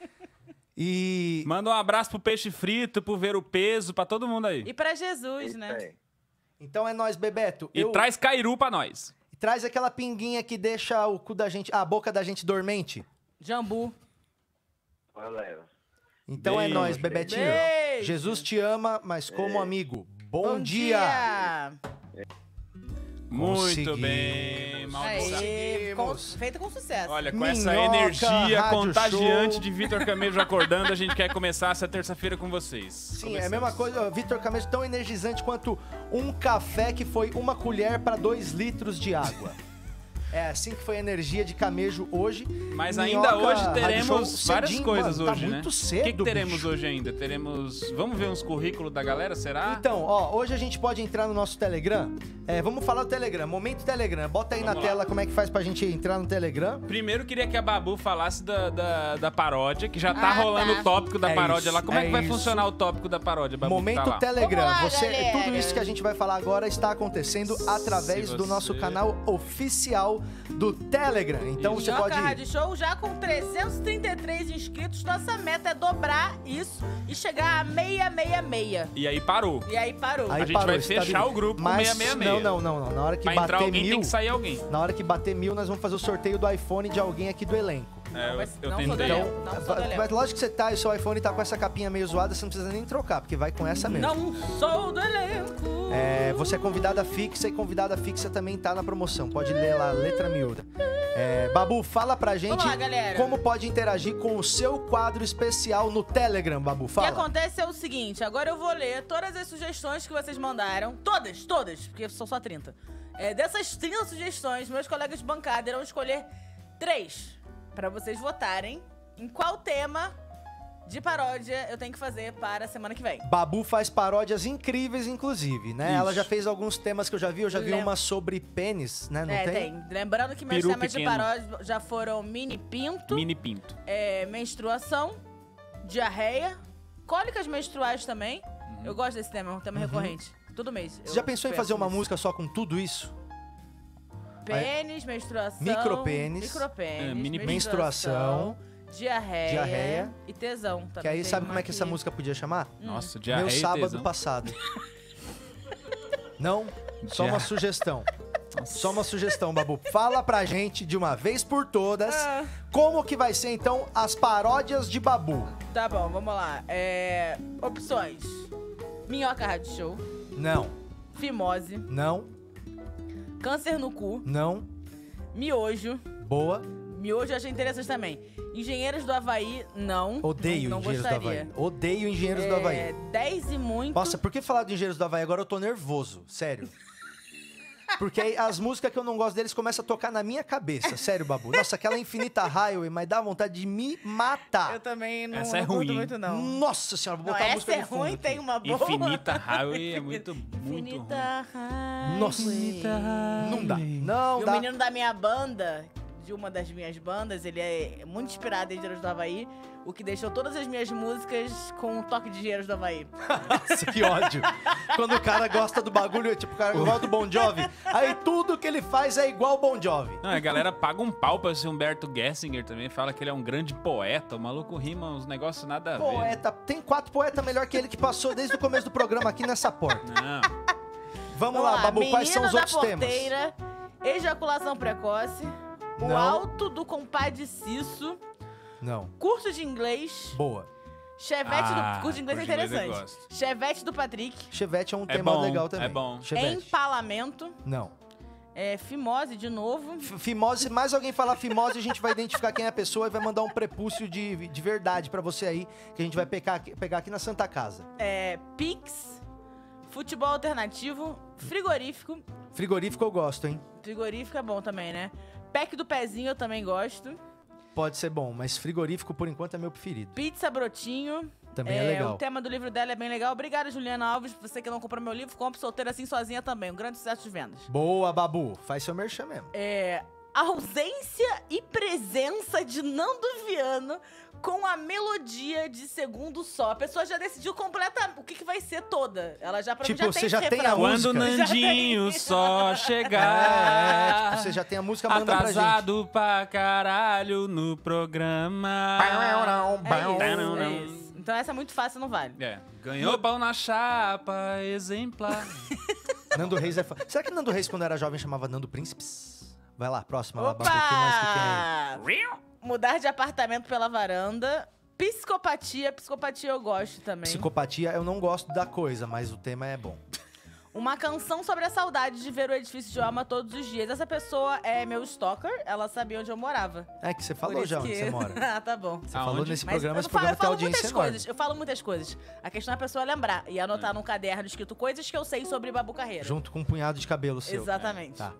E Manda um abraço pro Peixe Frito, pro Ver o Peso, pra todo mundo aí. E pra Jesus, Isso né? aí. então é nós, Bebeto. E Eu- traz Cairu pra nós. Traz aquela pinguinha que deixa o cu da gente, a boca da gente dormente. Jambu. Valeu. Então é Beijo. nóis, Bebetinho. Beijo. Jesus te ama, mas como amigo. Bom, dia. Muito Conseguimos. bem, maldição. Aê, com, Conseguimos. feita com sucesso. Olha, com essa Minhoca, energia Rádio contagiante Show. de Vitor Camejo acordando, a gente quer começar essa terça-feira com vocês. Sim, é a mesma coisa, ó, Vitor Camejo, tão energizante quanto um café que foi uma colher para dois litros de água. É assim que foi a energia de Camejo hoje. Mas Minhoca, ainda hoje Rádio teremos Show várias cedinho, coisas mano, hoje, tá né? muito O cedo, que, que teremos bicho. hoje ainda? Teremos. Vamos ver uns currículos da galera, será? Então, ó, hoje a gente pode entrar no nosso Telegram. É, vamos falar do Telegram. Momento Telegram. Bota aí Vamos na lá. tela como é que faz pra gente entrar no Telegram. Primeiro, queria que a Babu falasse da, da, da paródia, que já tá Ah, rolando tá. o tópico da É paródia isso, lá. Como é, é que vai isso. funcionar o tópico da paródia, Babu? que Momento tá lá? Telegram. Vamos lá, Você, galera. tudo isso que a gente vai falar agora está acontecendo através Se do você- nosso canal oficial do Telegram. Então você Minhoca pode. Rádio Show já com trezentos e trinta e três inscritos. Nossa meta é dobrar isso e chegar a seiscentos e sessenta e seis. E aí parou. E aí parou. Aí A gente parou, vai isso tá fechar livre. o grupo com Mas, seiscentos e sessenta e seis. Não, não, não, não. Na hora que Pra bater entrar alguém, mil. tem que sair alguém. Na hora que bater mil, nós vamos fazer o sorteio do iPhone de alguém aqui do elenco. É, eu, mas eu não sou do tentei. elenco. Não sou do elenco. Mas lógico que você tá e o seu iPhone tá com essa capinha meio zoada, você não precisa nem trocar, porque vai com essa mesmo. Não sou do elenco. É, você é convidada fixa e convidada fixa também tá na promoção. Pode ler lá, letra miúda. É, Babu, fala pra gente Vamos lá, galera. como pode interagir com o seu quadro especial no Telegram, Babu. O que Fala. acontece é o seguinte, agora eu vou ler todas as sugestões que vocês mandaram. Todas, todas, porque são só trinta. É, dessas trinta sugestões, meus colegas de bancada irão escolher três pra vocês votarem em qual tema de paródia eu tenho que fazer para a semana que vem. Babu faz paródias incríveis, inclusive, né? Isso. Ela já fez alguns temas que eu já vi. Eu já vi Lem- uma sobre pênis, né? Não é, tem? tem? Lembrando que meus Peru temas pequeno. de paródia já foram mini pinto, Mini Pinto. é, menstruação, diarreia, cólicas menstruais também. Uhum. Eu gosto desse tema, é um tema recorrente. Todo mês. Você eu já pensou em penso fazer uma nisso. música só com tudo isso? Pênis, menstruação. Micropênis. Micropênis. É, mini- menstruação. Diarreia. Diarreia. E tesão. Também Que aí tem sabe uma como é que essa aqui. música podia chamar? Nossa, diarreia Meu e sábado tesão. passado. Não? Só uma Dia- sugestão. Só uma sugestão, Babu. Fala pra gente de uma vez por todas Ah. como que vai ser então as paródias de Babu. Tá bom, vamos lá. É... Opções. Minhoca Rádio Show. Não, Fimose. não, Câncer no cu. não, Miojo. boa. Miojo eu achei interessante também. Engenheiros do Havaí, não. Odeio não, não Engenheiros gostaria. do Havaí. Odeio Engenheiros do É, Havaí. dez e muito. Nossa, por que falar de Engenheiros do Havaí agora eu tô nervoso, sério. Porque aí as músicas que eu não gosto deles começam a tocar na minha cabeça, sério, Babu. Nossa, aquela Infinita Highway, mas dá vontade de me matar. Eu também não, Essa é não curto ruim. muito, não. Nossa senhora, vou Não, botar a essa música é de fundo ruim, aqui. tem uma boa. Infinita Highway é muito, muito ruim. Infinita Highway. Nossa. Não dá, não E o dá. menino da minha banda, de uma das minhas bandas, ele é muito inspirado em Engenheiros do Havaí, o que deixou todas as minhas músicas com um toque de Engenheiros do Havaí. Nossa, que ódio. Quando o cara gosta do bagulho, tipo, o cara gosta do Bon Jovi, aí tudo que ele faz é igual o Bon Jovi. Não, a galera paga um pau pra esse Humberto Gessinger também. Fala que ele é um grande poeta. O maluco rima uns negócios nada a ver. Poeta, tem quatro poetas melhor que ele que passou desde o começo do programa aqui nessa porta. Não. Vamos lá, Babu, quais são os Menino outros da temas? porteira, ejaculação precoce, o Não. alto do compadre Cisso, Não, curso de inglês, boa. chevette Ah, do... Curso de inglês é curso de inglês eu interessante. gosto. Chevette do Patrick, Chevette é um É tema bom, legal também. é bom. Chevette. empalamento, Não. é, fimose de novo, F- Fimose, se mais alguém falar fimose, a gente vai identificar quem é a pessoa e vai mandar um prepúcio de, de verdade pra você aí, que a gente vai pegar, aqui- pegar aqui na Santa Casa. é, Pix, futebol alternativo, frigorífico. Frigorífico eu gosto, hein? Frigorífico é bom também, né? Pack do pezinho eu também gosto. pode ser bom, mas frigorífico, por enquanto, é meu preferido. Pizza Brotinho. Também é legal. O tema do livro dela é bem legal. Obrigada, Juliana Alves. Você que não comprou meu livro, compre Solteira Assim Sozinha também. Um grande sucesso de vendas. Boa, Babu. Faz seu merchan mesmo. É, ausência e presença de Nando Viana com a melodia de Segundo Só. A pessoa já decidiu completamente o que, que vai ser toda. Ela já, Tipo, já você tem já tem refrão. a música. Quando o Nandinho só É, chegar. tipo, você já tem a música, manda pra gente. Atrasado pra caralho no programa. É isso, é isso. Então essa é muito fácil, não vale. É, ganhou pão na chapa, exemplar. Nando Reis é fã. Será que Nando Reis, quando era jovem, chamava Nando Príncipes? Vai lá, próxima. Lá, Opa! Babu, o que mais que tem aí? Mudar de apartamento pela varanda. Psicopatia. Psicopatia eu gosto também. Psicopatia, eu não gosto da coisa, mas o tema é bom. Uma canção sobre a saudade de ver o edifício de Alma todos os dias. Essa pessoa é meu stalker, ela sabia onde eu morava. É que você Por falou isso já onde que- você mora. ah, tá bom. Você Aonde? falou nesse Mas programa, eu esse não falo, programa eu tem falo audiência muitas enorme. coisas. Eu falo muitas coisas. A questão é a pessoa lembrar e anotar num caderno escrito coisas que eu sei sobre Babu Carreira. Junto com um punhado de cabelo seu. Exatamente. Tá.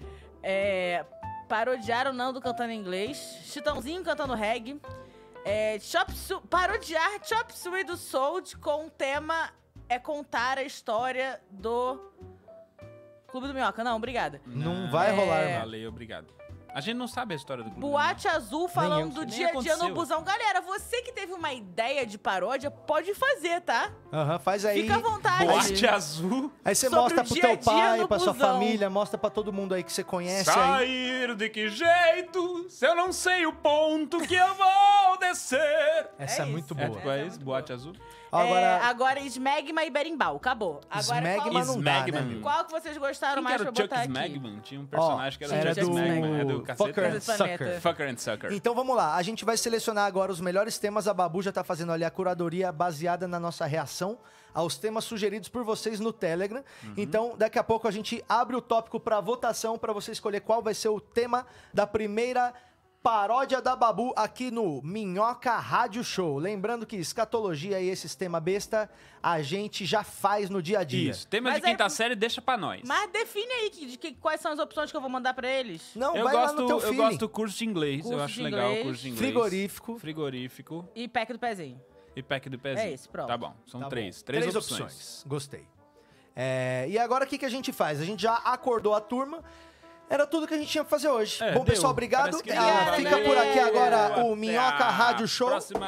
É, parodiar o Nando cantando em inglês. Chitãozinho cantando reggae. É, Chop Su- parodiar Chop Suey do Soul com o tema é contar a história do Clube do Minhoca. Não, obrigada. Não vai rolar, É. irmão. Valeu, obrigado. A gente não sabe a história do Clube Boate Azul falando eu. do Nem dia a dia no aconteceu. busão. Galera, você que teve uma ideia de paródia, pode fazer, tá? Aham, faz aí. Fica à vontade. Boate Azul. Aí você Sobre mostra o pro dia a teu dia pai, no pra sua busão. família, mostra pra todo mundo aí que você conhece aí. Sair de que jeito, se eu não sei o ponto que eu vou descer. Essa é, É muito isso. É, boa. tipo, é isso, Boate Azul. Agora, É, agora Smegma e Berimbau. Acabou. Agora Smegma qual, não dá, né, Smegman. meu? qual que vocês gostaram Quem que mais era pra o Chuck botar aqui? Smegman? Tinha um personagem que era era o Chuck do Smegman. É do Caceta. Fucker and Caceta Sucker. Planeta. Fucker and Sucker. Então vamos lá, a gente vai selecionar agora os melhores temas. A Babu já tá fazendo ali a curadoria baseada na nossa reação aos temas sugeridos por vocês no Telegram. Então, daqui a pouco a gente abre o tópico para votação para você escolher qual vai ser o tema da primeira paródia da Babu aqui no Minhoca Rádio Show. Lembrando que escatologia e esse tema besta a gente já faz no dia a dia. Isso. Tema Mas de quinta aí- série, deixa pra nós. Mas define aí que, de que, quais são as opções que eu vou mandar pra eles. Não, eu vai gosto, lá no teu eu feeling. gosto do curso de inglês. Curso eu acho de legal o inglês. curso de inglês. Frigorífico. Frigorífico E pack do pezinho. e pack do pezinho. É esse, pronto. Tá bom. São Tá bom. três. Três, opções. Gostei. É, e agora o que, que a gente faz? A gente já acordou a turma. Era tudo que a gente tinha pra fazer hoje. É, Bom, deu. pessoal, obrigado. Parece que Ah, deu. fica Valeu. por aqui agora Até o Minhoca a Rádio Show. Próxima.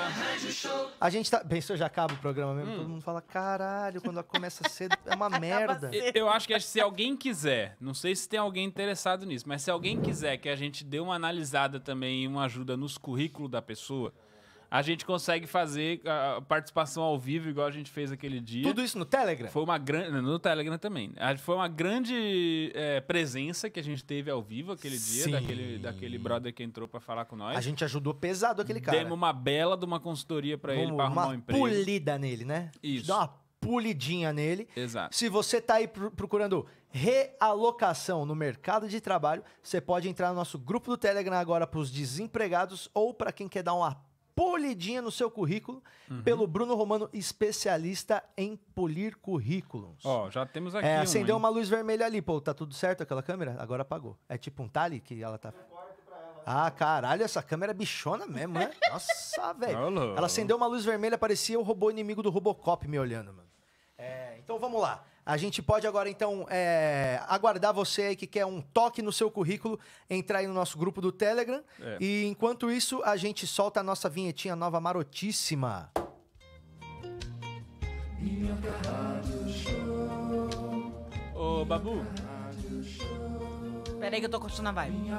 A gente tá. Bem, se eu já acaba o programa mesmo, todo mundo fala: caralho, quando começa cedo é uma merda. cedo. Eu acho que se alguém quiser, não sei se tem alguém interessado nisso, mas se alguém quiser que a gente dê uma analisada também e uma ajuda nos currículos da pessoa, a gente consegue fazer a participação ao vivo, igual a gente fez aquele dia. Tudo isso no Telegram? Foi uma grande. No Telegram também. Ah, Foi uma grande é, presença que a gente teve ao vivo aquele dia, Sim. daquele, daquele brother que entrou pra falar com nós. A gente ajudou pesado aquele cara. Demos uma bela de uma consultoria pra ele, Vamos- pra arrumar uma um emprego. polida nele, né? Isso. Dá uma pulidinha nele. Exato. Se você tá aí pro- procurando realocação no mercado de trabalho, você pode entrar no nosso grupo do Telegram agora pros desempregados ou pra quem quer dar uma polidinha no seu currículo Uhum. pelo Bruno Romano, especialista em polir currículos. Ó, já temos aqui. É, um, acendeu hein? uma luz vermelha ali, pô, tá tudo certo aquela câmera? Agora apagou. É tipo um tali que ela tá... Ah, caralho, essa câmera é bichona mesmo, né? Nossa, velho. Alô. Ela acendeu uma luz vermelha, parecia o robô inimigo do Robocop me olhando, mano. É, então vamos lá. A gente pode agora, então, é, aguardar você aí que quer um toque no seu currículo, entrar aí no nosso grupo do Telegram. É. E enquanto isso, a gente solta a nossa vinhetinha nova marotíssima. Ô, Babu. Pera aí que eu tô curtindo a vibe.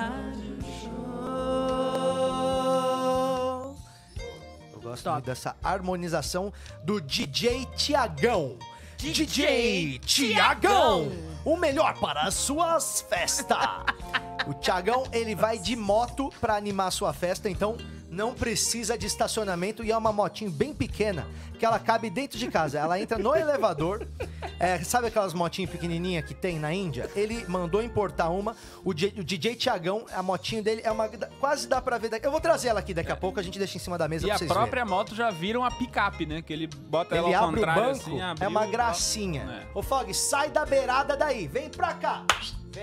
Eu gosto Top. muito dessa harmonização do D J Tiagão. D J Tiagão, o melhor para as suas festas. O Tiagão, ele vai de moto pra animar a sua festa, então não precisa de estacionamento e é uma motinho bem pequena, que ela cabe dentro de casa. Ela entra no elevador. É, sabe aquelas motinhas pequenininhas que tem na Índia? Ele mandou importar uma. O, D J, o D J Tiagão, a motinho dele é uma... Quase dá pra ver daqui. Eu vou trazer ela aqui daqui a pouco, a gente deixa em cima da mesa E pra a vocês verem. própria moto já vira uma picape, né? Que ele bota Ele ela ao abre o contrário banco, assim, é abriu, uma ó. gracinha. É. Ô, Fog, sai da beirada daí. Vem pra cá. Vem. Vem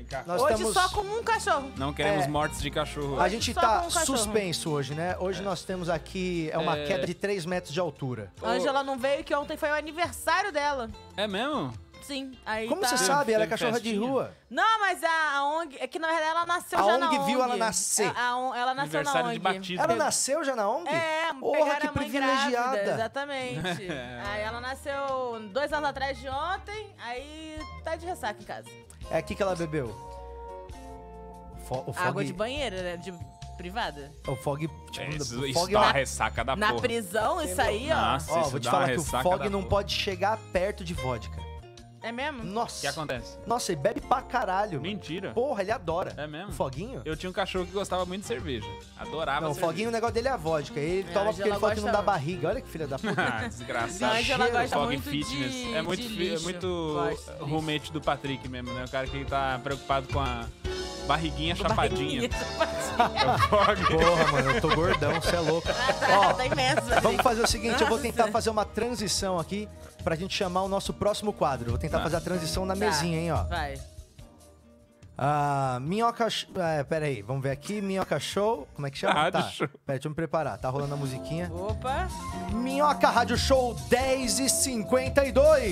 cá. Nós Hoje temos... só com um cachorro. Não queremos É. mortes de cachorro. A gente Só tá com um cachorro. suspenso hoje, né? Hoje nós temos aqui é uma É. queda de três metros de altura. A Ângela não veio, que ontem foi o aniversário dela. É mesmo? Sim, aí Como tá... você sabe? Ela é Teve cachorra de festinha? rua. Não, mas a, a ONG... É que na verdade ela nasceu A já na ONG ONG. viu ela nascer. A, a, on- ela nasceu na Aniversário ONG. de batismo. Ela nasceu já na ONG? É, Porra, pegaram que a mãe privilegiada. grávida, exatamente. Aí ela nasceu dois anos atrás de ontem, aí tá de ressaca em casa. É aqui que ela bebeu. Fo- o fog, Água de banheira, né? De privada. O fog, tipo, É, Isso, o isso fog dá uma na- ressaca da Na porra. prisão, isso aí, ó. Nossa, Ó, isso vou te dá falar uma que o ressaca fog da não porra. pode chegar perto de vodka. É mesmo? O Nossa. que acontece? Nossa, ele bebe pra caralho. mano. Mentira. Porra, ele adora. É mesmo? O foguinho? Eu tinha um cachorro que gostava muito de cerveja. Adorava Não, o cerveja. foguinho, o negócio dele é a vodka. Ele É, toma a porque ele Angela fala que não dá gosta- barriga. Olha que filha da puta. Ah, desgraçado. A Angela cheiro, gosta Fog muito Fitness. de é muito, de fi- é lixo. muito Gosto de lixo. roommate do Patrick mesmo, né? O cara que tá preocupado com a barriguinha chapadinha. Porra, mano, eu tô gordão, você é louco. Ó, tá imenso. Vamos fazer o seguinte, eu vou tentar Nossa. fazer uma transição aqui pra gente chamar o nosso próximo quadro. Vou tentar Tá. fazer a transição na Tá, mesinha, hein, ó. Vai. Ah, minhoca... Sh- É, pera aí, vamos ver aqui. Minhoca Show. Como é que chama? Rádio tá. Show. Pera, deixa eu me preparar. Tá rolando a musiquinha. Opa. Minhoca Rádio Show dez e cinquenta e dois.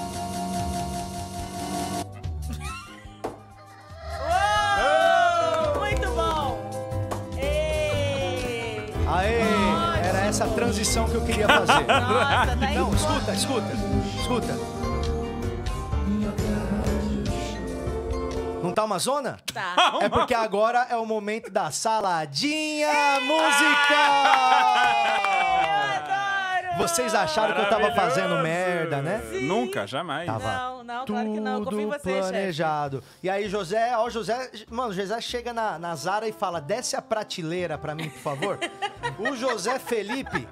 Uou! Muito bom. Ei. Aê! Era essa transição que eu queria fazer. Nossa, tá aí. Não, escuta, escuta, escuta. Não tá uma zona? Tá. É porque agora é o momento da saladinha musical! Adoro. Vocês acharam que eu tava Maravilhoso. fazendo merda, né? Nunca, jamais. Tava Não, não, claro que não. Eu confio em Tudo você, chefe. planejado. E aí, José, ó, José, mano, o José chega na, na Zara e fala: desce a prateleira pra mim, por favor. O José Felipe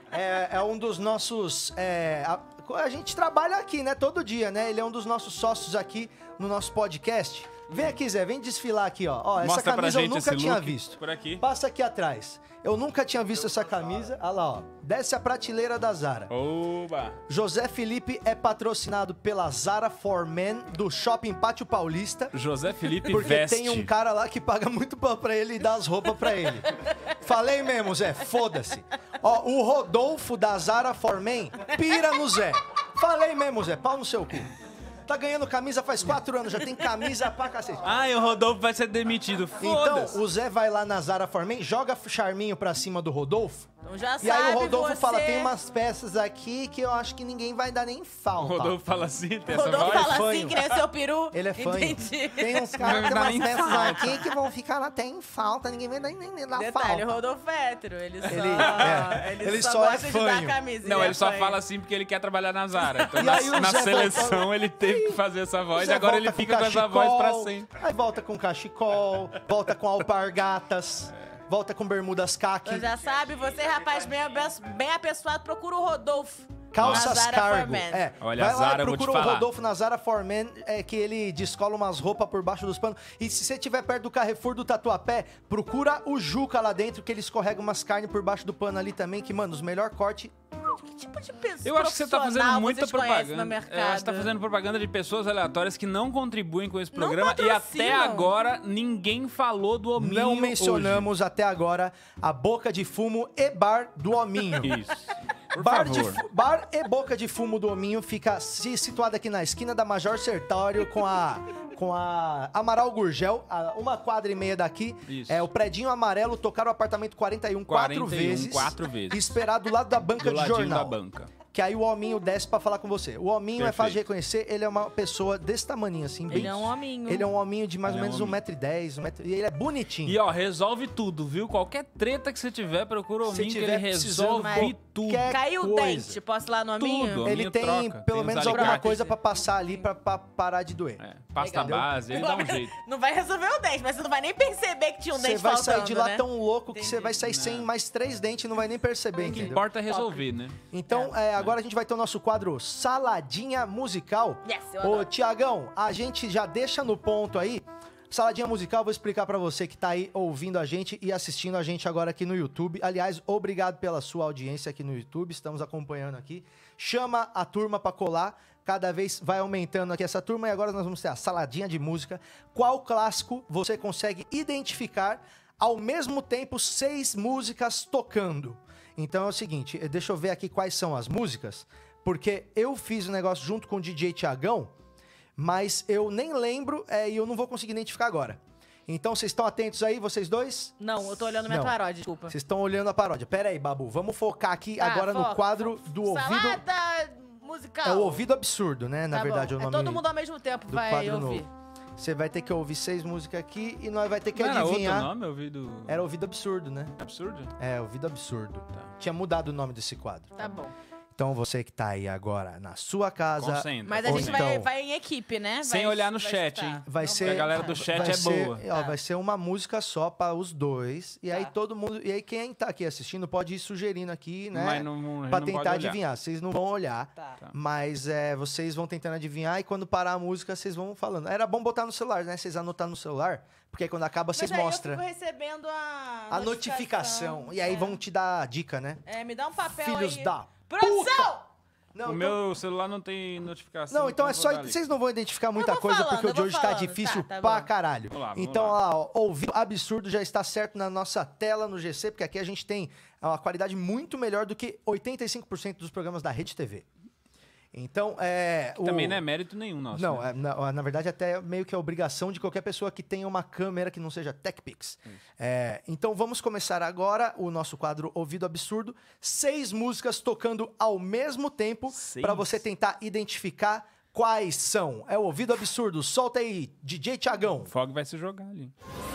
é, é um dos nossos. é, a, a gente trabalha aqui, né? Todo dia, né? Ele é um dos nossos sócios aqui no nosso podcast. Vem aqui, Zé, vem desfilar aqui, ó. Ó, essa Mostra pra camisa eu gente nunca esse tinha look visto. por aqui. Passa aqui atrás. Eu nunca tinha visto essa camisa. Olha lá, ó. Desce a prateleira da Zara. Oba! José Felipe é patrocinado pela Zara for Men do Shopping Pátio Paulista. José Felipe Porque Veste. tem um cara lá que paga muito pão pra ele e dá as roupas pra ele. Falei mesmo, Zé, foda-se. Ó, o Rodolfo da Zara for Men pira no Zé. Falei mesmo, Zé, pau no seu cu. Tá ganhando camisa faz quatro anos, já tem camisa pra cacete. Ai, o Rodolfo vai ser demitido. Então, Foda-se. o Zé vai lá na Zara for Men, joga charminho pra cima do Rodolfo. Então já E aí sabe o Rodolfo você... fala, tem umas peças aqui que eu acho que ninguém vai dar nem O falta. Rodolfo fala assim, tem O essa Rodolfo voz. fala fanho. assim, que nem seu peru. Ele é fanho. Entendi. Tem uns caras, Não tem dá umas nem peças falta. aqui que vão ficar até em falta, ninguém vai nem, nem, nem dar Detalhe, o falta. Rodolfo é hétero, ele só, Ele- é, ele ele só, só é gosta de dar fanho. camisa. Não, ele só fanho. fala assim porque ele quer trabalhar na Zara. Então, E na, aí o na Zé seleção, volta- ele teve que fazer essa voz Zé e agora volta ele com fica com essa voz pra cachecol, sempre. Aí volta com cachecol, volta com alpargatas, volta com bermudas caqui, Então já sabe, você, rapaz, bem, abenço- bem apessoado, procura o Rodolfo. calças na Zara cargo. for Men. É. Olha, Vai a lá Zara, e eu vou te procura o falar. Rodolfo na Zara for Men, é que ele descola umas roupas por baixo dos panos. E se você estiver perto do Carrefour do Tatuapé, procura o Juca lá dentro, que ele escorrega umas carnes por baixo do pano ali também, que, mano, os melhores cortes. Que tipo de pessoa Eu acho que você tá fazendo profissional muita vocês conhecem propaganda. no mercado? Eu acho que você tá fazendo propaganda de pessoas aleatórias que não contribuem com esse Não programa. E até patrocinam. agora, ninguém falou do Hominho Não mencionamos até agora a Boca de Fumo e Bar do Hominho. hoje. Isso. Por Bar, de favor. fu- bar e Boca de Fumo do Hominho fica si- situado aqui na esquina da Major Sertório com a, com a Amaral Gurgel, a uma quadra e meia daqui. Isso. É o predinho amarelo, tocaram o apartamento quarenta e um quatro quarenta e um, vezes. quatro vezes. E esperar do lado da banca Do de ladinho jornal. da banca. Que aí o hominho desce pra falar com você. O hominho é fácil de Perfeito. reconhecer, ele é uma pessoa desse tamanho, assim, bem... Ele é um hominho. Ele é um hominho de mais Ele ou é um menos um hominho. metro e dez, um metro... e ele é bonitinho. E ó, resolve tudo, viu? Qualquer treta que você tiver, procura o Se Hominho que tiver ele precisando resolve de tudo. qualquer Caiu o coisa. dente, posso ir lá no hominho? Tudo. Ele Hominho tem troca, pelo tem os menos alguma alicates. coisa pra passar ali pra, pra parar de doer. É, pasta Legal. base, ele dá um jeito. Não vai resolver o dente, mas você não vai nem perceber que tinha um Você dente vai faltando, sair de lá né? tão louco que Entendi. você vai sair sem mais três dentes e não vai nem perceber, O que entendeu? importa é resolver, né? Então, é, agora a gente vai ter o nosso quadro Saladinha Musical. Yes, eu Ô, adoro. Tiagão, a gente já deixa no ponto aí. Saladinha Musical, vou explicar pra você que tá aí ouvindo a gente e assistindo a gente agora aqui no YouTube. Aliás, obrigado pela sua audiência aqui no YouTube, estamos acompanhando aqui. Chama a turma pra colar. cada vez vai aumentando aqui essa turma e agora nós vamos ter a saladinha de música. Qual clássico você consegue identificar ao mesmo tempo seis músicas tocando? Então é o seguinte, deixa eu ver aqui quais são as músicas, porque eu fiz o negócio junto com o D J Tiagão, mas eu nem lembro é, e eu não vou conseguir identificar agora. Então vocês estão atentos aí, vocês dois? Não, eu tô olhando minha Não. paródia, desculpa. Vocês estão olhando a paródia. Pera aí, Babu, vamos focar aqui Tá, agora foca, no quadro foca. do ouvido... Salada musical. É o ouvido absurdo, né? Na Tá verdade, bom. é o nome É todo mundo ao mesmo tempo do vai quadro ouvir. novo. Você vai ter que ouvir seis músicas aqui e nós vai ter que Não era adivinhar. outro nome, ouvido... Era ouvido absurdo, né? Absurdo? É, ouvido absurdo. Tá. Tinha mudado o nome desse quadro. Tá bom. Então você que tá aí agora na sua casa, Concentra. Mas a Ou gente então- vai, vai em equipe, né? Sem Vai- olhar no vai chat, escutar. hein? vai Não ser a galera do chat vai é ser, boa. ó, Tá. vai ser uma música só para os dois. E aí Tá. todo mundo, e aí quem tá aqui assistindo pode ir sugerindo aqui, né? Mas não, não, Pra não tentar pode olhar. adivinhar. Vocês não vão olhar. Tá. Tá. Mas é, vocês vão tentando adivinhar e quando parar a música, vocês vão falando. Era bom botar no celular, né? Vocês anotar no celular, porque aí quando acaba, Mas vocês aí mostram eu fico recebendo a a notificação. E aí É. vão te dar a dica, né? É, me dá um papel Filhos aí. da Produção! Não, O então, meu celular não tem notificação. não, então é eu vou só. dar ali. Vocês não vão identificar muita vou coisa, falando, porque o eu de vou hoje tá falando. difícil Tá, tá pra bom. caralho. Vamos lá, vamos então, lá. ó, ouvir absurdo já está certo na nossa tela no G C, porque aqui a gente tem uma qualidade muito melhor do que oitenta e cinco por cento dos programas da Rede T V. Então, é. o- Também não é mérito nenhum, nosso. Não, né? é, na, na verdade, até meio que a obrigação de qualquer pessoa que tenha uma câmera que não seja TechPix. É, então vamos começar agora o nosso quadro Ouvido Absurdo. Seis músicas tocando ao mesmo tempo Seis? para você tentar identificar quais são. É o Ouvido Absurdo. Solta aí, D J Tiagão. O Fog vai se jogar ali.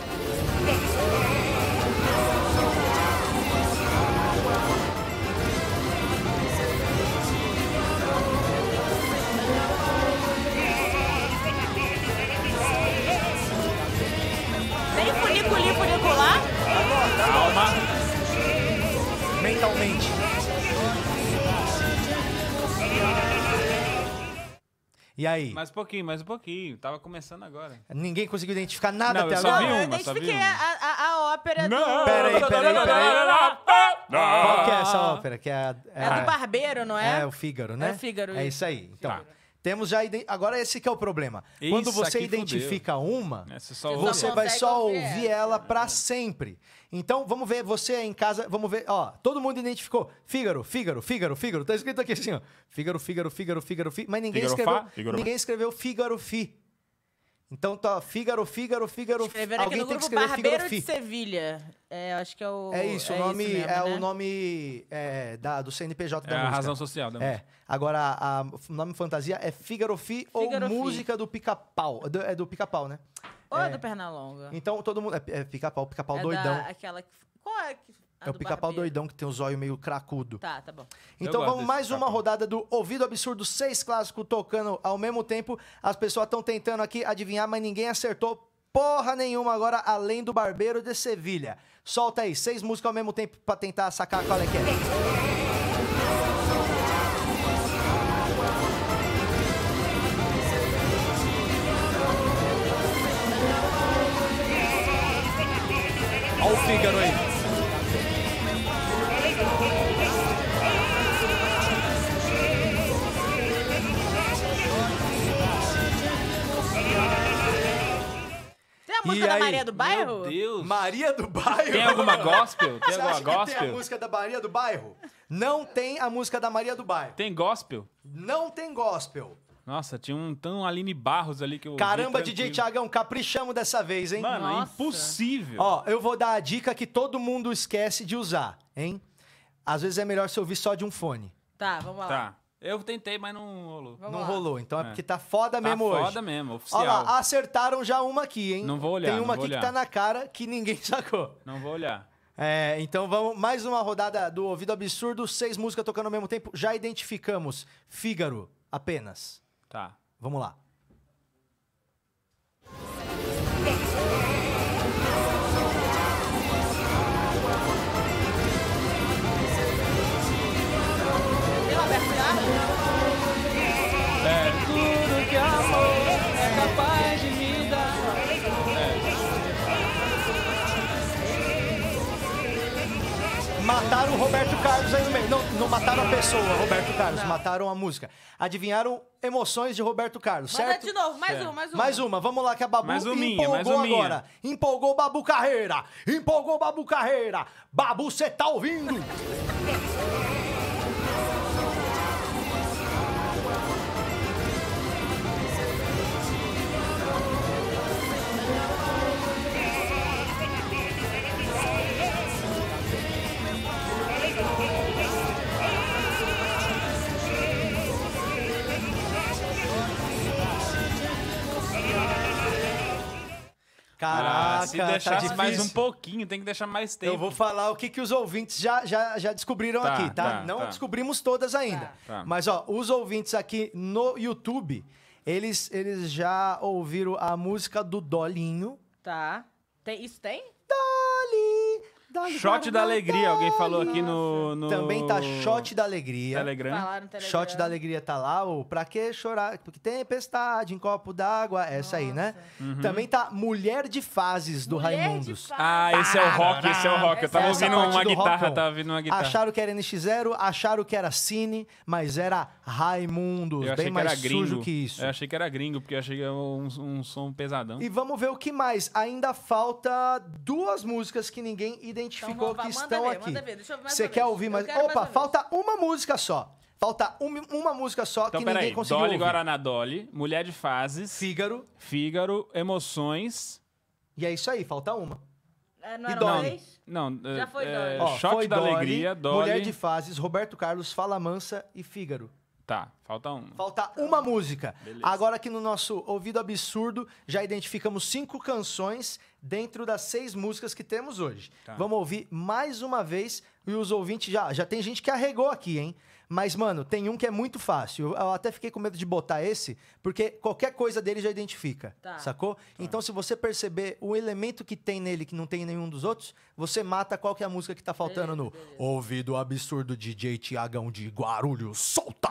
Tem funiculi, funicular? Calma. Mentalmente. E aí? Mais um pouquinho, mais um pouquinho. Tava começando agora. Ninguém conseguiu identificar nada Não, até eu só agora? vi eu uma, só vi identifiquei uma. a, a, a ópera do... Peraí, peraí, peraí. Qual que é essa ópera? Que é, a- É do Barbeiro, não é? É o Fígaro, né? É o Fígaro, É isso. isso aí. Então, Tá. temos já... iden- Agora esse que é o problema. Isso Quando você aqui identifica uma, É, você só Você ouve. você só vai consegue só ouvir ouvir essa. ela pra sempre. Então, vamos ver, você aí em casa, vamos ver, ó, todo mundo identificou. Fígaro, Fígaro, Fígaro, Fígaro. Tá escrito aqui assim, ó. Fígaro, Fígaro, Fígaro, Fígaro, Fígaro. Mas ninguém Fígaro escreveu, Fá, Fígaro. ninguém escreveu Fígaro, Fi. Então tá, Fígaro, Fígaro, Fígaro. Escreveram aqui Alguém no tem que grupo escrever Fígaro, Barbeiro de Fi. Sevilha. É, eu acho que é o... É isso, o nome mesmo, é né? o nome é, da, do C N P J É da a música. razão social da música. É. Agora, a, a- o nome fantasia é Fígaro Fi ou Fígaro Fi. música do Pica-Pau. É do- É do Pica-Pau, né? Ou é É. do Pernalonga? Então todo mundo. É, é Pica-Pau, Pica-Pau É doidão. Da, aquela que... Qual é? Que, a É o do Pica-Pau Barbeiro? doidão que tem os olhos meio cracudo. Tá, tá bom. Então gosto vamos desse mais uma Pica-Pau. rodada do Ouvido Absurdo, seis clássicos tocando ao mesmo tempo. As pessoas estão tentando aqui adivinhar, mas ninguém acertou porra nenhuma agora, além do Barbeiro de Sevilha. Solta aí, seis músicas ao mesmo tempo pra tentar sacar qual é que é. Olha o Fígaro aí. Tem a música E da aí? Maria do Bairro? Meu Deus. Maria do Bairro. Tem alguma gospel? Tem Você alguma acha que tem a gospel? música da Maria do Bairro? Não tem a música da Maria do Bairro. Tem gospel? Não tem gospel. Nossa, tinha um tão Aline Barros ali que eu. ouvi Caramba, D J tranquilo. Tiagão, caprichamos dessa vez, hein? Mano, é Nossa. impossível. Ó, eu vou dar a dica que todo mundo esquece de usar, hein? Às vezes é melhor você ouvir só de um fone. Tá, vamos lá. Tá. Eu tentei, mas não rolou. Vamos Não lá. rolou, então é, É. porque tá foda Tá mesmo hoje. foda mesmo, oficial. Olha lá, acertaram já uma aqui, hein? Não vou olhar, Tem uma não vou aqui que olhar. tá na cara que ninguém sacou. Não vou olhar. É, então vamos, mais uma rodada do Ouvido Absurdo, seis músicas tocando ao mesmo tempo. Já identificamos Fígaro apenas. Tá. Vamos lá. Tem o Alberto Carlos? É tudo que amor é capaz de me dar. Mataram o Roberto Carlos aí no meio. Não, não mataram a pessoa, Roberto Carlos. Mataram a música. Adivinharam emoções de Roberto Carlos, Manda certo? de novo, mais Certo. uma, mais uma. Mais uma, vamos lá que a Babu Mais uminha, empolgou mais uminha. agora. Empolgou Babu Carreira. Empolgou Babu Carreira. Babu, você tá ouvindo? Caraca, Ah, se deixasse tá mais difícil. um pouquinho, tem que deixar mais tempo. Eu vou falar o que, que os ouvintes já, já, já descobriram Tá, aqui, tá? tá, Não tá. descobrimos todas ainda. Tá. Tá. Mas, ó, os ouvintes aqui no YouTube, eles, eles já ouviram a música do Dolinho. Tá. Tem, isso tem? Dolly, Dolly Shot Guaraná, da alegria, alguém falou Dolly. aqui no, no... Também tá Shot da Alegria. Telegram. Falaram no Telegram. Shot da Alegria tá lá, o Pra Que Chorar? Porque tempestade em copo d'água, essa aí, né? Uhum. Também tá Mulher de Fases, do Mulher de Raimundos. Fases. Ah, esse é o rock, esse é o rock. Eu tava Essa ouvindo parte uma do guitarra, rockão. tava ouvindo uma guitarra. Acharam que era N X zero, acharam que era Cine, mas era Raimundos, Eu achei bem que era mais gringo. sujo que isso. Eu achei que era gringo, porque eu achei que era um, um som pesadão. E vamos ver o que mais. Ainda falta duas músicas que ninguém identificou Então, que vamos- estão manda ver, aqui. manda ver. Deixa eu ver mais Você uma quer vez. ouvir Eu mais? quero mais Opa, uma vez. falta uma música só. Falta um- uma música só Então, que peraí. ninguém conseguiu Dolly ouvir. Guaraná Dolly, Mulher de Fases, Fígaro. Fígaro, Emoções... E é isso aí, falta uma. É, não E era Dolly? três? Não, Já é- foi é, Dolly. Ó, Shot foi da Dolly, Alegria, Dolly... Mulher de Fases, Roberto Carlos, Fala Mansa e Fígaro. Tá, falta um. Falta uma música. Beleza. Agora aqui no nosso Ouvido Absurdo, já identificamos cinco canções dentro das seis músicas que temos hoje. Tá. Vamos ouvir mais uma vez. E os ouvintes já... Já tem gente que arregou aqui, hein? Mas, mano, tem um que é muito fácil. Eu até fiquei com medo de botar esse, porque qualquer coisa dele já identifica. Tá. Sacou? Então, se você perceber o elemento que tem nele que não tem em nenhum dos outros, você mata qual que é a música que tá faltando no Ouvido Absurdo D J Tiagão de Guarulhos. Solta!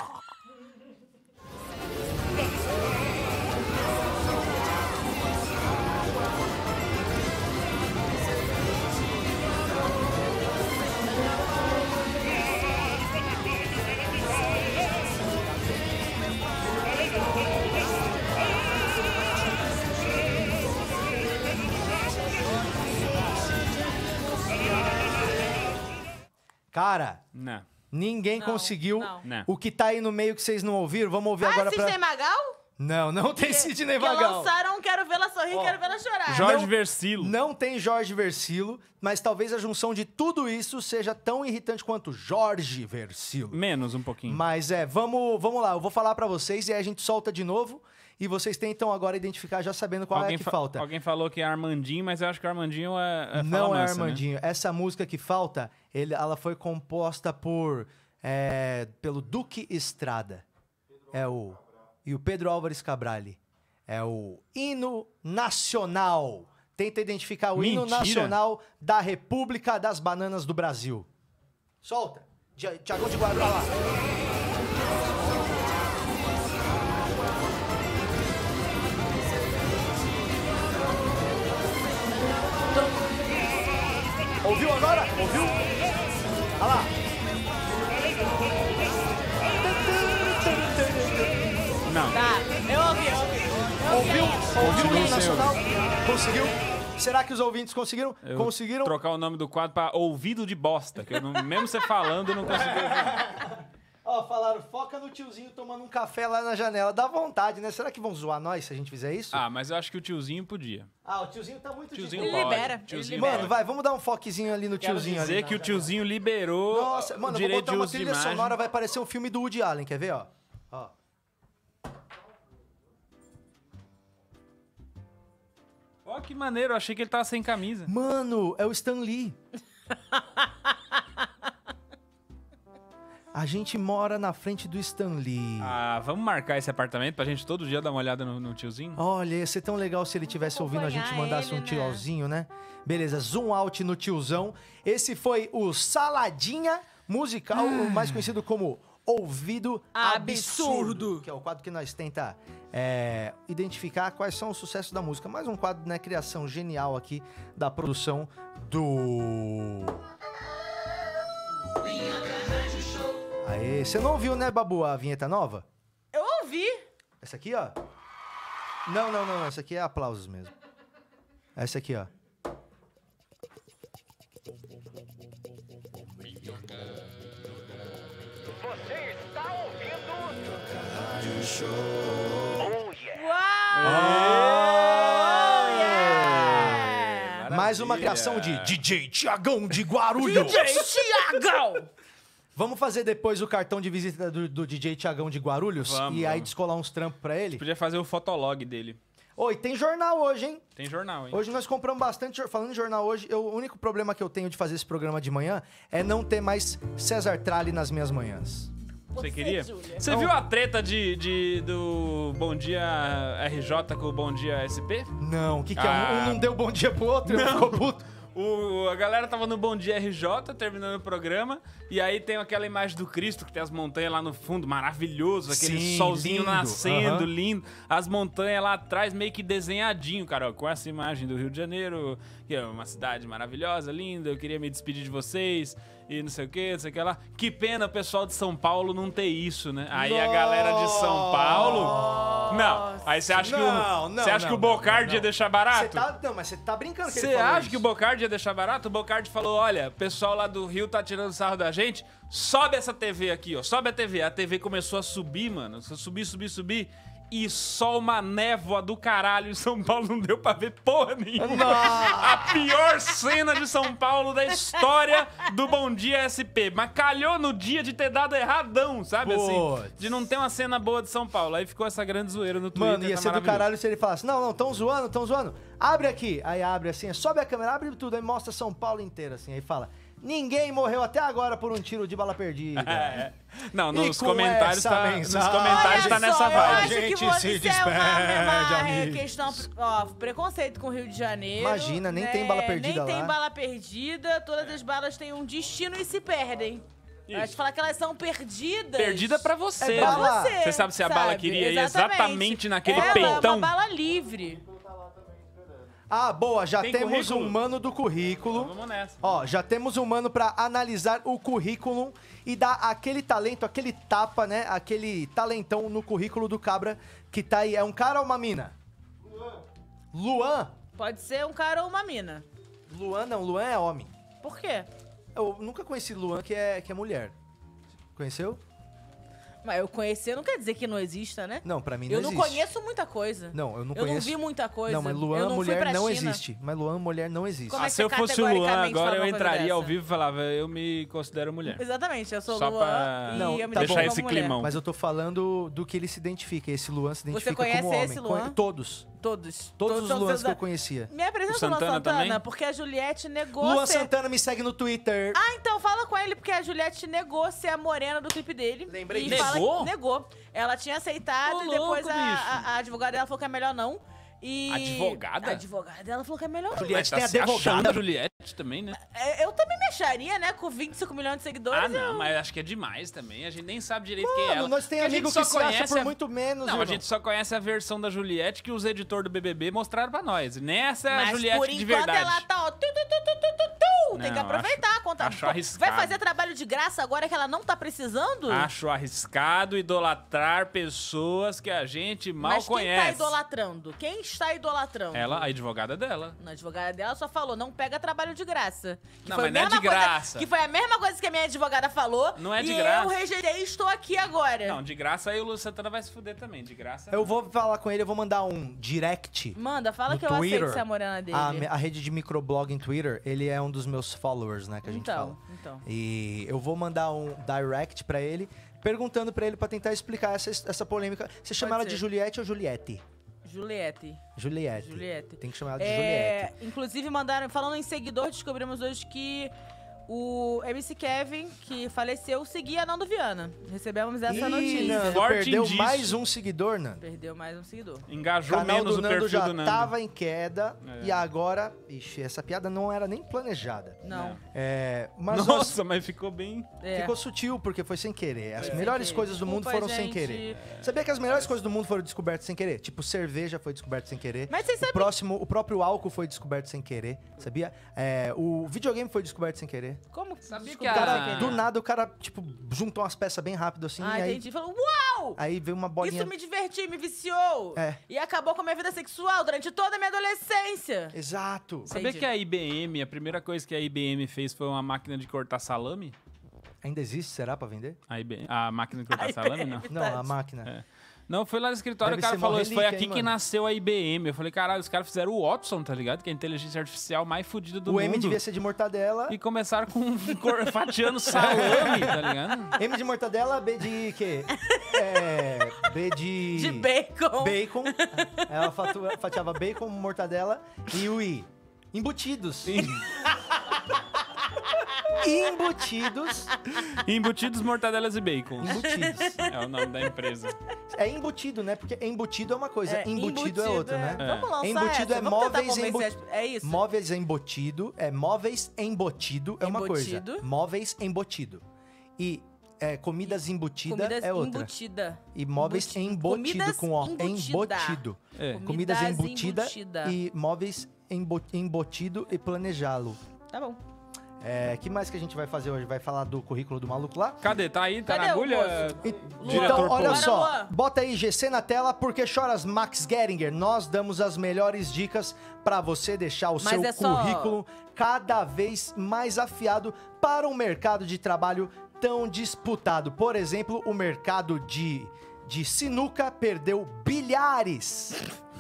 Cara, Não. ninguém Não, conseguiu. não. Não. O que tá aí no meio que vocês não ouviram, vamos ouvir Ah, agora Sidney pra... Magal? Não, não tem Que- Sidney que Magal. lançaram Quero Vê-la Sorrir, Ó, Quero Vê-la Chorar. Jorge Não- Versilo. Não tem Jorge Versilo, mas talvez a junção de tudo isso seja tão irritante quanto Jorge Versilo. Menos um pouquinho. Mas é, vamos, vamos lá, eu vou falar pra vocês e aí a gente solta de novo e vocês tentam agora identificar já sabendo qual alguém é que fa- falta. Alguém falou que é Armandinho, mas eu acho que o Armandinho é, é Fala Não é Mansa, né? Armandinho. Essa música que falta, ele, ela foi composta por é, pelo Duque Estrada. É o e o Pedro Álvares Cabrali. É o hino nacional. Tenta identificar o hino Mentira. nacional da República das Bananas do Brasil. Solta. Ti- Tiagão de Guarulhos, olha lá. Ouviu agora? Ouviu? Olha lá. Não. Tá, eu ouvi, eu ouvi. Eu ouvi Ouviu? isso. Ouviu o Continua hino sem nacional? Conseguiu? Será que os ouvintes conseguiram? Eu Conseguiram? trocar o nome do quadro pra Ouvido de Bosta, que eu não, mesmo você falando, eu não consegui ouvir. Ó, falaram, foca no tiozinho tomando um café lá na janela. Dá vontade, né? Será que vão zoar nós se a gente fizer isso? Ah, mas eu acho que o tiozinho podia. Ah, o tiozinho tá muito Tiozinho de Ele boa. pode. libera, Tiozinho ele Mano, pode. vai, vamos dar um foquezinho ali no Quero tiozinho dizer ali. que o tiozinho liberou Nossa, o mano, eu vou direito botar de uma uso de trilha imagem. sonora, vai parecer um filme do Woody Allen, quer ver, ó? Ó. Ó, que maneiro, eu achei que ele tava sem camisa. Mano, é o Stan Lee. A gente mora na frente do Stan Lee. Ah, vamos marcar esse apartamento pra gente todo dia dar uma olhada no, no tiozinho? Olha, ia ser tão legal se ele tivesse ouvindo a gente Acompanhar mandasse ele, um né? tiozinho, né? Beleza, zoom out no tiozão. Esse foi o Saladinha Musical, o mais conhecido como Ouvido Absurdo. Absurdo. Que é o quadro que nós tenta é, identificar quais são os sucessos da música. Mais um quadro, né? Criação genial aqui da produção do... Aê, você não ouviu, né, Babu, a vinheta nova? Eu ouvi. Essa aqui, ó. Não, não, não, essa aqui é aplausos mesmo. Essa aqui, ó. Você está ouvindo? Uau! Oh, yeah! Mais uma criação de D J Tiagão de Guarulhos. D J Tiagão! Vamos fazer depois o cartão de visita do, do D J Tiagão de Guarulhos? Vamos, e aí vamos. descolar uns trampos pra ele? Podia fazer o fotolog dele. Oi, tem jornal hoje, hein? Tem jornal, hein? Hoje nós compramos bastante. jor- Falando em jornal hoje, eu- o único problema que eu tenho de fazer esse programa de manhã é não ter mais César Tralli nas minhas manhãs. Você queria? Júlia. Você viu a treta de, de- do Bom Dia R J com o Bom Dia S P? Não, o que, que é? Um, Ah. um não deu bom dia pro outro, e um ficou puto. O, a galera tava no Bom Dia R J, terminando o programa, e aí tem aquela imagem do Cristo, que tem as montanhas lá no fundo, maravilhoso, aquele Sim, solzinho lindo, nascendo, aham. lindo. As montanhas lá atrás meio que desenhadinho, cara, ó, com essa imagem do Rio de Janeiro, que é uma cidade maravilhosa, linda, eu queria me despedir de vocês, e não sei o que, não sei o que lá. Que pena o pessoal de São Paulo não ter isso, né? Aí a galera de São Paulo... Não, aí você acha que Não, o, não, você acha não, que o não, Bocardi não, ia não. deixar Você barato? tá, não, mas você tá brincando que Você ele falou acha isso. que o Bocardi ia deixar barato? O Bocardi falou, olha, o pessoal lá do Rio tá tirando sarro da gente, sobe essa T V aqui, ó, sobe a T V. A T V começou a subir, mano, subir, subir, subir, e só uma névoa do caralho em São Paulo, não deu pra ver porra nenhuma. A pior cena de São Paulo da história do Bom Dia S P. Mas calhou no dia de ter dado erradão, sabe assim? Puts. De não ter uma cena boa de São Paulo. Aí ficou essa grande zoeira no Twitter. Mano, ia tá ser do maravilhoso. caralho se ele falasse, não, não, tão zoando, tão zoando. Abre aqui. Aí abre assim, sobe a câmera, abre tudo, aí mostra São Paulo inteiro, assim. Aí fala, ninguém morreu até agora por um tiro de bala perdida. É. Não, E nos com comentários essa tá, nos mensagem- comentários tá Olha nessa só, eu vibe. acho Gente, que se você é despede, uma, uma amigo. questão, ó, preconceito com o Rio de Janeiro. Imagina, nem né? tem bala perdida Nem tem lá. bala perdida, todas as balas têm um destino e se perdem. Eu acho que falar que elas são perdidas. Perdida pra você. É pra né? você, Você sabe se a bala sabe? queria ir exatamente naquele Ela peitão. É uma bala livre. Ah, boa, já Tem temos currículo? um mano do currículo. Vamos nessa. Ó, já temos um mano pra analisar o currículo e dar aquele talento, aquele tapa, né? Aquele talentão no currículo do cabra que tá aí. É um cara ou uma mina? Luan. Luan? Pode ser um cara ou uma mina. Luan não, Luan é homem. Por quê? Eu nunca conheci Luan que é, que é mulher. Conheceu? Mas eu conhecer não quer dizer que não exista, né? Não, pra mim não eu não existe. conheço muita coisa. Não, eu não Eu conheço. não vi muita coisa. Não, mas Eu Luan não fui mulher pra não China. existe. Mas Luan mulher não existe. Como é Ah, que se eu você fosse o Luan categoricamente agora, fala eu uma coisa entraria ao dessa? vivo e falava, eu me considero mulher. Exatamente, eu sou Só Luan pra e Não, eu me tá defino bom. como esse mulher. climão. Mas eu tô falando do que ele se identifica. Esse Luan se identifica conhece como homem. esse Luan? Conhe- Todos. Todos. Todos os são Luans seus- que eu conhecia. Me apresenta O o Luan Santana Santana, também? porque a Juliette negou Luan ser... Santana me segue no Twitter. Ah, então fala com ele, porque a Juliette negou ser a morena do clipe dele. Lembrei e disso. fala- Negou? Negou. Ela tinha aceitado Ô, e depois louco, a, bicho. a- a advogada dela falou que é melhor não. E... Advogada? A advogada dela falou que é melhor não. Juliette Mas tá tem se advogada. achando a Juliette também, né? É, Eu também me acharia, né? Com vinte e cinco milhões de seguidores. Ah, não, eu- mas acho que é demais também. A gente nem sabe direito quem é Mano, ela. nós tem Porque a gente amigo só que se acha conhece por a- muito menos, Não, a irmão. gente só conhece a versão da Juliette que os editores do B B B mostraram pra nós. Nessa é a Mas Juliette por de enquanto verdade. ela tá, ó. Tu, tu, tu, tu, tu, tu, tu. Tem que Não, aproveitar. acho- conta. acho Pô, arriscado. vai fazer trabalho de graça agora que ela não tá precisando? Acho arriscado idolatrar pessoas que a gente mal Mas quem conhece. tá idolatrando? Quem está idolatrando? Ela, a advogada dela. Na advogada dela só falou, não pega trabalho de graça. Que Não, foi mas a não é mesma de coisa- graça. Que foi a mesma coisa que a minha advogada falou. Não é de e graça. eu rejeitei e estou aqui agora. Não, de graça aí o Lu Santana vai se fuder também. De graça. Eu vou falar com ele, eu vou mandar um direct Manda, fala no que eu Twitter. aceito ser a morena dele. A, me- a rede de microblog em Twitter, ele é um dos meus followers, né, que a gente então, fala. então. E eu vou mandar um direct pra ele, perguntando pra ele pra tentar explicar essa, essa polêmica. Você chama ela ser. de Juliette ou Juliette? Juliette. Juliette. Juliette. Tem que chamar ela de É, Juliette. inclusive mandaram, falando em seguidor, descobrimos hoje que o M C Kevin, que faleceu, seguia Nando Viana. Recebemos essa Ih, notícia. Nando, Forte perdeu indício. mais um seguidor, Nando. Perdeu mais um seguidor. O Engajou canal menos do o Nando perfil já do Nando. tava em queda É. e agora... Ixi, essa piada não era nem planejada. Não. É, mas Nossa, mas ficou bem... É. ficou sutil porque foi sem querer. As Foi sem melhores querer. coisas do mundo Desculpa, foram sem gente. querer. Sabia que as melhores coisas do mundo foram descobertas sem querer? Tipo, cerveja foi descoberta sem querer. Mas vocês o sabem- próximo, o próprio álcool foi descoberto sem querer, sabia? É, o videogame foi descoberto sem querer. Como? Sabia O que a- cara, do nada, o cara, tipo, juntou umas peças bem rápido assim, Ah, e aí, entendi. Falou, uau! aí veio uma bolinha. Isso me divertiu, me viciou. É. E acabou com a minha vida sexual durante toda a minha adolescência. Exato. Sabia Entendi. que a I B M, a primeira coisa que a I B M fez foi uma máquina de cortar salame? Ainda existe, será, pra vender? A, I B M, a máquina de cortar A I B M. salame, não. Não, a máquina. É. Não, foi lá no escritório, Deve o cara ser mó falou, isso foi relíquia, aqui hein, que mano? nasceu a I B M. Eu falei, caralho, os caras fizeram o Watson, tá ligado? Que é a inteligência artificial mais fodida do o mundo. M devia ser de mortadela. E começaram com cor- fatiando salame, tá ligado? M de mortadela, B de quê? É, B de... De bacon. Bacon. Ela fatua- fatiava bacon, mortadela e o I. Embutidos. Embutidos. Embutidos, mortadelas e bacon. Embutidos. É o nome da empresa. É embutido, né? Porque embutido é uma coisa, É, embutido, é outra, né? É. Vamos lançar Embutido essa. é Vamos tentar móveis convencer embu- as- É isso? Móveis embutido, é móveis embotido é uma Embotido. coisa. Móveis embotido. E é, comidas embutida Comidas é outra. embutida. E móveis Embuti- embotido comidas com O. embutida. Embutido. É. Comidas Comidas embutida, embutida. e móveis embo- embotido e planejá-lo. Tá bom. É, que mais que a gente vai fazer hoje? Vai falar do currículo do maluco lá? Cadê? Tá aí? Tá Cadê na o agulha? moço? E- Diretor Então, olha Paul. só, Bora, Luan. bota aí G C na tela, porque choras Max Geringer. Nós damos as melhores dicas pra você deixar o Mas seu é só- currículo cada vez mais afiado para um mercado de trabalho tão disputado. Por exemplo, o mercado de, de sinuca perdeu bilhares.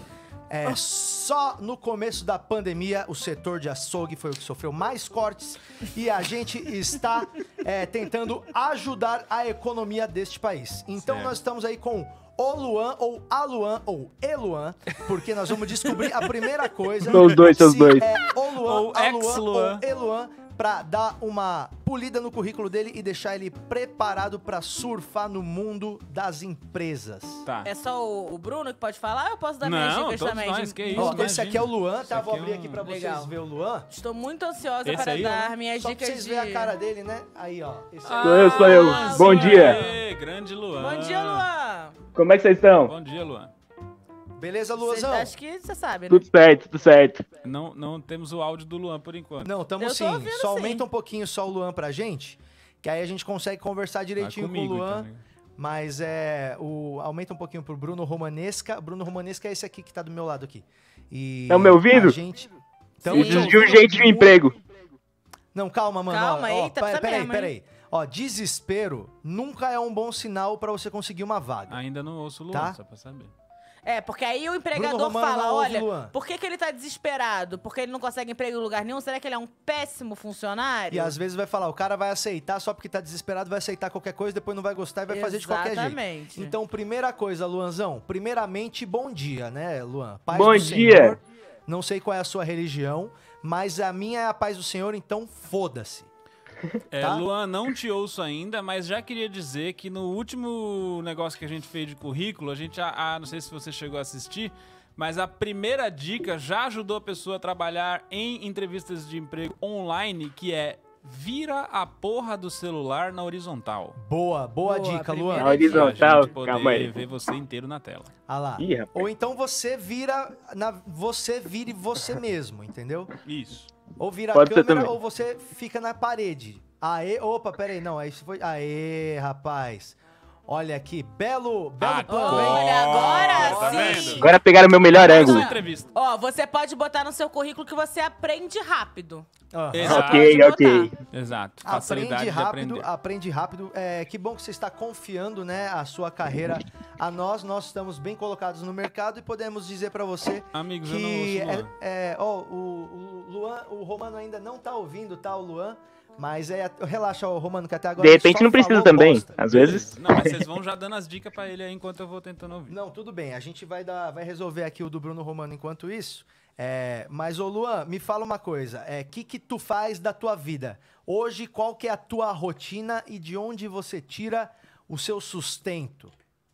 É, só no começo da pandemia, o setor de açougue foi o que sofreu mais cortes e a gente está é, tentando ajudar a economia deste país. Então Certo. nós estamos aí com o Luan, ou a Luan, ou Eluan, porque nós vamos descobrir a primeira coisa. São os dois, são os se dois. É o Luan, Ou a ex-Luan. Luan, ou Eluan, pra dar uma polida no currículo dele e deixar ele preparado pra surfar no mundo das empresas. Tá. É só o, o Bruno que pode falar ou eu posso dar minhas Não, dicas todos também? nós, de- que isso, Ó, imagina. esse aqui é o Luan, tá? Esse Vou aqui é abrir um- aqui pra vocês Legal. verem o Luan. Estou muito ansiosa Esse para aí, ó. dar minhas Só pra dicas vocês de... verem a cara dele, né? Aí, ó. Esse Ah, aí. Sou eu, sou eu. sim, Bom dia. aê, grande Luan. Bom dia, Luan. Como é que vocês estão? Bom dia, Luan. Beleza, Cê- Luanzão? acho que você sabe, né? Tudo certo, tudo certo. Não, não temos o áudio do Luan por enquanto. Não, tamo Eu tô sim. ouvindo Só sim. aumenta um pouquinho só o Luan pra gente, que aí a gente consegue conversar Vai direitinho comigo, com o Luan. então, né? Mas é. O, aumenta um pouquinho pro Bruno Romanesca. Bruno Romanesca é esse aqui que tá do meu lado aqui. E Tão me ouvindo? A gente. Tão Sim. te Preciso de ouvindo urgente de um muito. emprego. Não, calma, mano. Calma, ó, ó, eita, pe- precisa peraí, mesmo, peraí. Ó, desespero nunca é um bom sinal pra você conseguir uma vaga. Ainda não ouço o Luan, Tá. só pra saber. É, porque aí o empregador Bruno Romano fala, não ouve olha, Luan. por que, que ele tá desesperado? Porque ele não consegue emprego em lugar nenhum? Será que ele é um péssimo funcionário? E às vezes vai falar, o cara vai aceitar só porque tá desesperado, vai aceitar qualquer coisa, depois não vai gostar e vai fazer de qualquer jeito. Exatamente. Então, primeira coisa, Luanzão, primeiramente, bom dia, né, Luan? Paz Bom do dia. Senhor. Não sei qual é a sua religião, mas a minha é a paz do Senhor, então foda-se. É, Tá? Luan, não te ouço ainda, mas já queria dizer que no último negócio que a gente fez de currículo, a gente, a, a- não sei se você chegou a assistir, mas a primeira dica já ajudou a pessoa a trabalhar em entrevistas de emprego online, que é vira a porra do celular na horizontal. Boa, boa, Boa, dica, primeira Luan. Na horizontal, Pra gente poder calma aí. ver você inteiro na tela. Ah lá. Ih, rapaz. Ou então você vira, na, você vire você mesmo, entendeu? Isso. Ou vira Pode a ser câmera também. ou você fica na parede. Aê, opa, peraí, não, aí isso foi... Aê, rapaz. Olha aqui, belo, belo Ah, plano, hein? Olha, agora Tá sim. vendo? Agora pegaram meu melhor ângulo. Essa entrevista. Ó, você pode botar no seu currículo que você aprende rápido. Aham. Exato. Ok, Pode ok. botar. Exato. Aprende Facilidade de rápido, aprender. aprende rápido. É, que bom que você está confiando, né, a sua carreira a nós. Nós estamos bem colocados no mercado e podemos dizer pra você Amigos, eu que não ouço o Luan. é, é, ó, o, o Luan, o Romano ainda não tá ouvindo, tá, o Luan? Mas é, relaxa, ó, Romano, que até agora De ele repente só não precisa falou também. bosta. Às vezes. Não, mas vocês vão já dando as dicas pra ele aí enquanto eu vou tentando ouvir. Não, tudo bem. A gente vai dar, vai resolver aqui o do Bruno Romano enquanto isso. É, mas, ô Luan, me fala uma coisa. É, que que tu faz da tua vida? Hoje, qual que é a tua rotina e de onde você tira o seu sustento?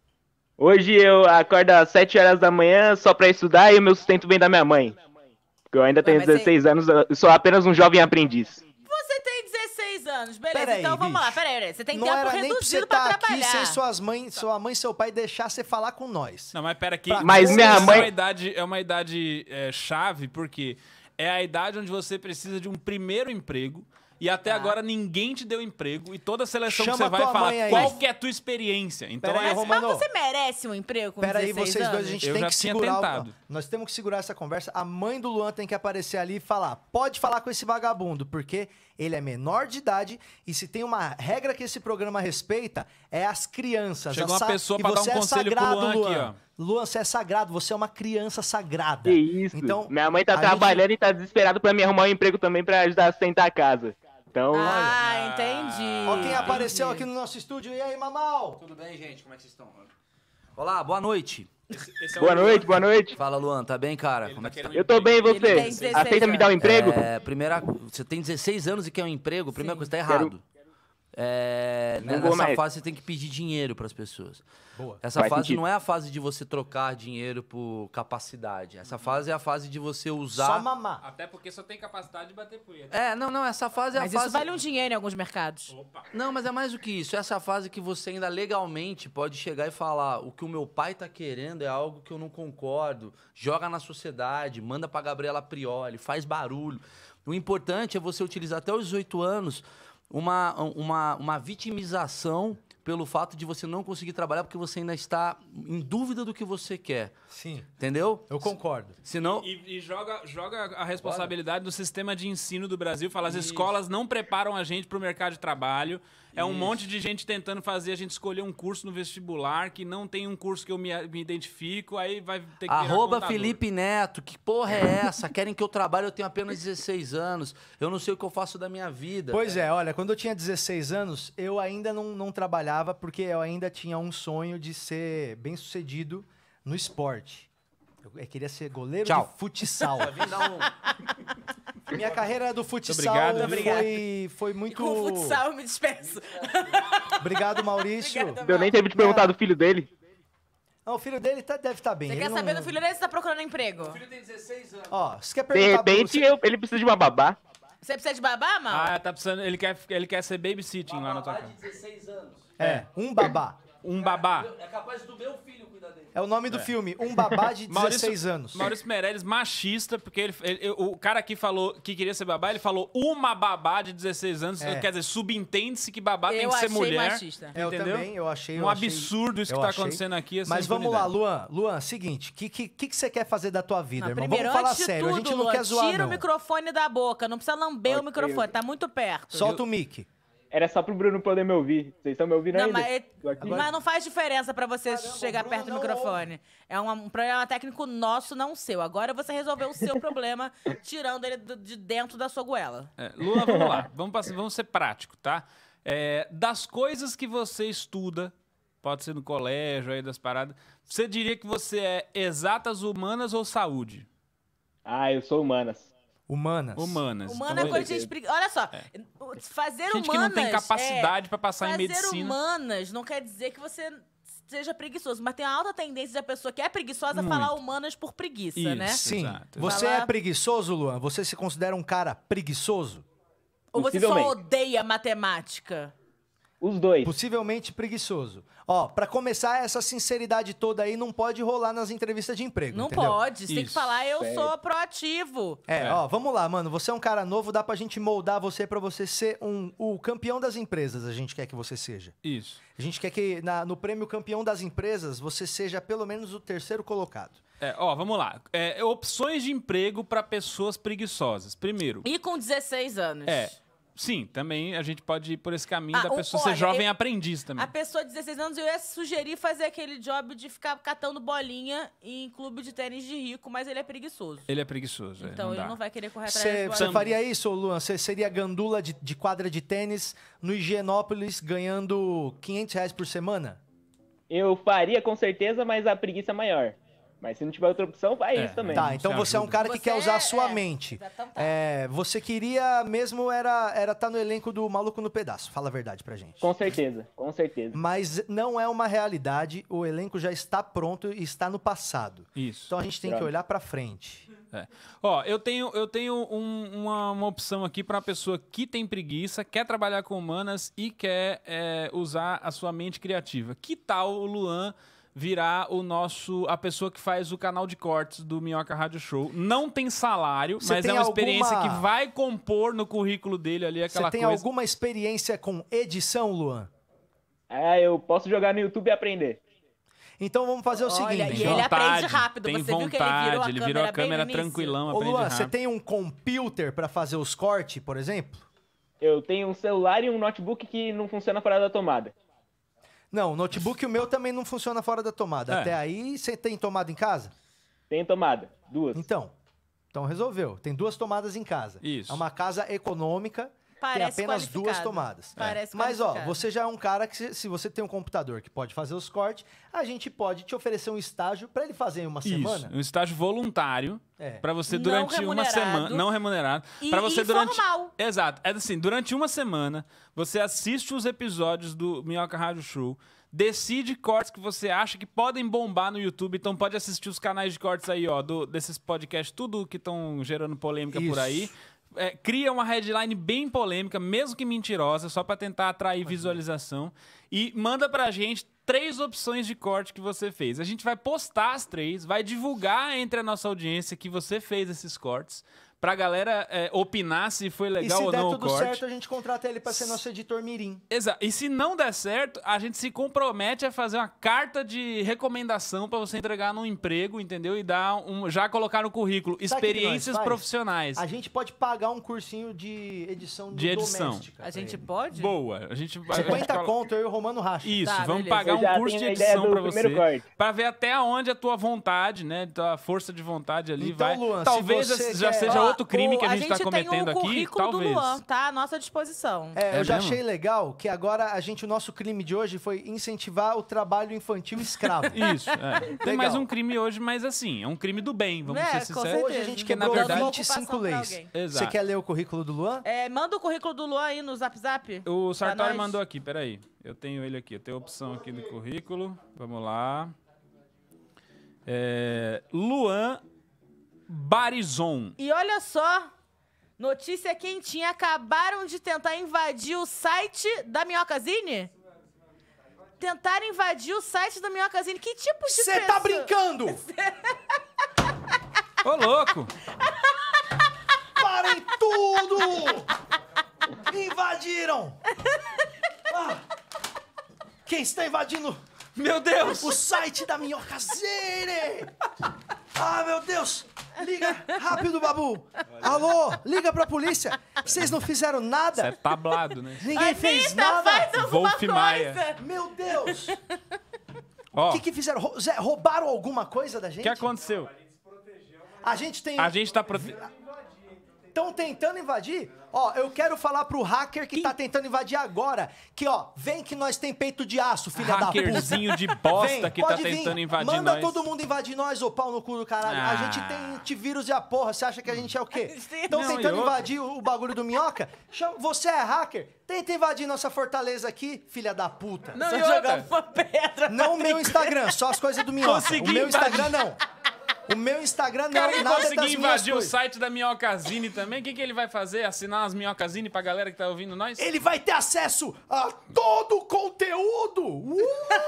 Hoje eu acordo às sete horas da manhã só pra estudar e o meu sustento vem da minha mãe. Porque eu ainda tenho mas você- dezesseis anos, eu sou apenas um jovem aprendiz. Você tem dezesseis anos, beleza. Peraí, então vamos lá, bicho. peraí, peraí. Você tem Não tempo era nem pra você reduzido pra estar aqui trabalhar. sem suas mãe, sua mãe e seu pai deixar você falar com nós. Não, mas pera aqui. Pra- Mas minha Essa mãe- É uma idade, é uma idade é, chave, porque é a idade onde você precisa de um primeiro emprego e até Tá. agora ninguém te deu emprego e toda seleção Chama que você vai tua falar mãe aí. qual que é a tua experiência. Então Pera aí, é Mas, Romano. mas você merece um emprego com Pera aí, dezesseis vocês dois, a anos? gente Eu tem já que tinha segurar. o- tentado. Nós temos que segurar essa conversa. A mãe do Luan tem que aparecer ali e falar: pode falar com esse vagabundo, porque ele é menor de idade e se tem uma regra que esse programa respeita, é as crianças. Chegou A uma pessoa e pra dar você um é conselho pro sagrado, Luan aqui, Luan. Luan, você é sagrado, você é uma criança sagrada. Que isso. Então, Minha mãe tá a trabalhando e tá desesperada pra me arrumar um emprego também pra ajudar a sustentar a casa. Então, Ah, entendi. Ó quem apareceu aqui no nosso estúdio. E aí, Mamal? Tudo bem, gente? Como é que vocês estão? Olá, boa noite. Esse- esse é boa o noite, boa noite. Fala, Luan, tá bem, cara? Ele Como tá é que querendo tá? Eu tô bem, e Ele tem você? dezesseis Aceita me dar um emprego? É, primeira, você tem dezesseis anos e quer um emprego, primeira Sim. coisa, tá errado. É, Não né, vou nessa mais. fase você tem que pedir dinheiro pras pessoas. Boa. Essa Faz fase sentido. não é a fase de você trocar dinheiro por capacidade. Essa fase é a fase de você Só usar... mamar. Até porque só tem capacidade de bater punheta. É, não, não, essa fase é Mas a fase... isso vale um dinheiro em alguns mercados. Não, mas é mais do que isso. Essa é a fase que você ainda legalmente pode chegar e falar: o que o meu pai tá querendo é algo que eu não concordo. Joga na sociedade, manda pra Gabriela Prioli, faz barulho. O importante é você utilizar até os dezoito anos uma, uma, uma vitimização pelo fato de você não conseguir trabalhar porque você ainda está em dúvida do que você quer. Sim, Entendeu? eu concordo. Senão... E, e joga, joga a responsabilidade do sistema de ensino do Brasil. Fala, as Isso. escolas não preparam a gente para o mercado de trabalho. É um Isso. monte de gente tentando fazer a gente escolher um curso no vestibular que não tem um curso que eu me, me identifico, aí vai ter que virar Arroba contador. Felipe Neto, que porra é essa? Querem que eu trabalhe, eu tenho apenas dezesseis anos. Eu não sei o que eu faço da minha vida. Pois é, olha, quando eu tinha dezesseis anos, eu ainda não, não trabalhava porque eu ainda tinha um sonho de ser bem sucedido no esporte. Eu, eu queria ser goleiro Tchau. de futsal. Vem dar um... Minha carreira do futsal obrigado, viu? foi, foi E muito... com o futsal eu me despeço. Obrigado, Maurício. Obrigada, Eu nem tempo de perguntar do filho dele. Não, o filho dele tá, deve estar bem. Você ele quer não- saber do filho dele se tá procurando emprego? tem dezesseis anos. Ó, você quer De perguntar pro- repente, eu- ele precisa de uma babá. Você precisa de babá, mal? Ah, tá precisando. Ele quer, ele quer ser babysitting lá na tua casa. dezesseis anos. É, um babá. Um babá. É capaz do meu filho cuidar dele. É o nome do filme, Um Babá de dezesseis Maurício, anos. Maurício Meirelles, machista, porque ele, ele- o cara aqui falou que queria ser babá, ele falou uma babá de dezesseis anos. É. Quer dizer, subentende-se que babá tem Eu que ser achei mulher. machista. É, eu entendeu? também, eu achei. Um eu achei- absurdo isso eu que tá achei. acontecendo aqui. essa Mas vamos lá, impunidade. Luan. Luan, seguinte, o que, que, que que você quer fazer da tua vida, Não, irmão? primeiro, Vamos falar antes de sério, tudo, a gente não Luan, quer zoar, tira não. o microfone da boca, não precisa lamber o Ok, microfone, ok. tá muito perto. Solta o mic. Era só pro Bruno poder me ouvir. Vocês estão me ouvindo Não, ainda? mas, Tô aqui. mas não faz diferença pra você chegar Bruno perto do não microfone. É um, um problema técnico nosso, não seu. Agora você resolveu o seu problema tirando ele do- de dentro da sua goela. É, Luan, vamos lá. Vamos, passar- vamos ser prático, tá? É, das coisas que você estuda, pode ser no colégio, aí das paradas, você diria que você é exatas, humanas ou saúde? Ah, eu sou humanas. Humanas. Humanas. Humana Então, é coisa de gente pregui- Olha só, fazer Gente que humanas... não tem capacidade é, pra passar em fazer medicina. humanas não quer dizer que você seja preguiçoso, mas tem uma alta tendência da pessoa que é preguiçosa a Muito. falar humanas por preguiça, Isso. né? Sim. Exato. Você Falar- é preguiçoso, Luan? Você se considera um cara preguiçoso? Ou você só Possivelmente. odeia matemática? Os dois. Possivelmente preguiçoso. Ó, pra começar, essa sinceridade toda aí não pode rolar nas entrevistas de emprego, Não entendeu? pode. Você tem que Isso. falar, eu Sério. sou proativo. É, É. ó, vamos lá, mano. Você é um cara novo, dá pra gente moldar você pra você ser um, o campeão das empresas, a gente quer que você seja. Isso. A gente quer que na- no prêmio campeão das empresas você seja pelo menos o terceiro colocado. É, ó, vamos lá. É, opções de emprego pra pessoas preguiçosas. Primeiro, E com dezesseis anos. é. Sim, também a gente pode ir por esse caminho Ah, da um- pessoa olha, ser jovem eu- aprendiz também. A pessoa de dezesseis anos, eu ia sugerir fazer aquele job de ficar catando bolinha em clube de tênis de rico, mas ele é preguiçoso. Ele é preguiçoso. é, Então não ele dá. não vai querer correr atrás Você de você bolinha. faria isso, Luan? Você seria gandula de, de quadra de tênis no Higienópolis ganhando quinhentos reais por semana? Eu faria com certeza, mas a preguiça é maior. Mas se não tiver outra opção, vai É, isso também. Tá, Você então você é um ajuda. cara que Você quer usar a é- sua é. mente. Então tá. É, você queria mesmo era era estar no elenco do Maluco no Pedaço. Fala a verdade pra gente. Com certeza, com certeza. Mas não é uma realidade, o elenco já está pronto e está no passado. Isso. Então a gente tem que Droga. olhar pra frente. É. Ó, eu tenho, eu tenho um- uma, uma opção aqui para uma pessoa que tem preguiça, quer trabalhar com humanas e quer é, usar a sua mente criativa. Que tal o Luan virar o nosso, a pessoa que faz o canal de cortes do Minhoca Rádio Show. Não tem salário, Você mas tem é uma experiência alguma- que vai compor no currículo dele ali aquela Você tem coisa. alguma experiência com edição, Luan? É, eu posso jogar no YouTube e aprender. Então vamos fazer o Olha, seguinte. e ele Vontade, aprende rápido. Tem Você viu que ele virou a vontade, ele virou a câmera bem câmera no início? tranquilão, Ô, aprende Luan, você rápido. tem um computer pra fazer os cortes, por exemplo? Eu tenho um celular e um notebook que não funciona fora da tomada. Não, o notebook o meu também não funciona fora da tomada. É. Até aí, você tem tomada em casa? Tem tomada, duas. Então, então resolveu. Tem duas tomadas em casa. Isso. É uma casa econômica, Parece tem apenas duas qualificado. tomadas. Parece Mas, ó, qualificado. você já é um cara que, se, se você tem um computador que pode fazer os cortes, a gente pode te oferecer um estágio pra ele fazer em uma Isso, semana. um estágio voluntário É. pra você Não durante uma remunerado. semana, não remunerado, E para você durante informal. Exato, é assim, durante uma semana você assiste os episódios do Minhoca Rádio Show, decide cortes que você acha que podem bombar no YouTube, então pode assistir os canais de cortes aí, ó, do, desses podcasts, tudo que estão gerando polêmica por Isso. aí. É, cria uma headline bem polêmica, mesmo que mentirosa, só pra tentar atrair visualização. E manda pra gente três opções de corte que você fez. A gente vai postar as três, vai divulgar entre a nossa audiência que você fez esses cortes, pra galera é, opinar se foi E legal se ou der não o tudo corte. certo, a gente contrata ele pra ser nosso editor mirim. Exato. E se não der certo, a gente se compromete a fazer uma carta de recomendação pra você entregar num emprego, entendeu? E dar um, já colocar no currículo Sabe o que que nós experiências faz? profissionais A gente pode pagar um cursinho de edição de do edição. Doméstica A pra gente ele. pode? Boa. A gente vai cinquenta conto, eu e o Romano racha. Isso, Tá, vamos beleza. pagar Eu já um curso de tenho a ideia edição do pra você, primeiro corte. pra ver até onde a tua vontade, né, tua força de vontade ali Então, vai. Luan, se Talvez você já quer- seja Ó, outro crime o- que a gente tá tem cometendo o aqui, currículo talvez. do Luan, tá? À nossa disposição. É, É eu já mesmo? achei legal que agora a gente, o nosso crime de hoje foi incentivar o trabalho infantil escravo. Isso, é. Tem Legal. mais um crime hoje, mas assim, é um crime do bem, vamos É, ser com sinceros. certeza. Hoje a gente Porque, na quebrou verdade- vinte e cinco Ocupação pra leis. alguém. Exato. Você quer ler o currículo do Luan? É, manda o currículo do Luan aí no Zap Zap. O pra Sartori nós. mandou aqui, peraí. Eu tenho ele aqui, eu tenho a opção aqui do currículo. Vamos lá. É, Luan Barizon. E olha só, notícia quentinha. Acabaram de tentar invadir o site da Minhocazine? Tentaram invadir o site da Minhocazine. Que tipo de Você pessoa... tá brincando? Ô, louco! Parem tudo! Invadiram! Ah, quem está invadindo Meu Deus! o site da Minhocazine? Ah, meu Deus! Liga rápido, Babu! Alô, liga pra polícia! Vocês não fizeram Isso é nada? tablado, né? Ninguém fez Anitta, nada? faz alguma Wolf Maia. coisa. Meu Deus! Ó, O que, que fizeram? Rou- Zé, roubaram alguma coisa da o gente? que aconteceu? A gente tem... A gente tá... Prote... Estão tentando invadir? Ó, eu quero falar pro hacker que tá tentando invadir agora. Que, ó, vem que nós tem peito de aço, filha da puta. Hackerzinho de bosta Vem, que tá pode vir. tentando invadir Manda nós. todo mundo invadir nós, ô pau no cu do caralho. A Ah. gente tem antivírus e a porra. Você acha que a gente é o quê? Estão Não, e tentando outra? invadir o, o bagulho do Minhoca? Chama- Você é hacker? Tenta invadir nossa fortaleza aqui, filha da puta. Não, Só e jogar outra? uma pedra. Não o meu Instagram, só as coisas do Minhoca. Consegui o meu invadir. Instagram não. O meu Instagram O cara não, que nada das conseguir minhas invadir o coisas. site da Minhocazine também, o que, que ele vai fazer? Assinar as Minhocazine pra galera que tá ouvindo nós? Ele vai ter acesso a todo o conteúdo. Uh!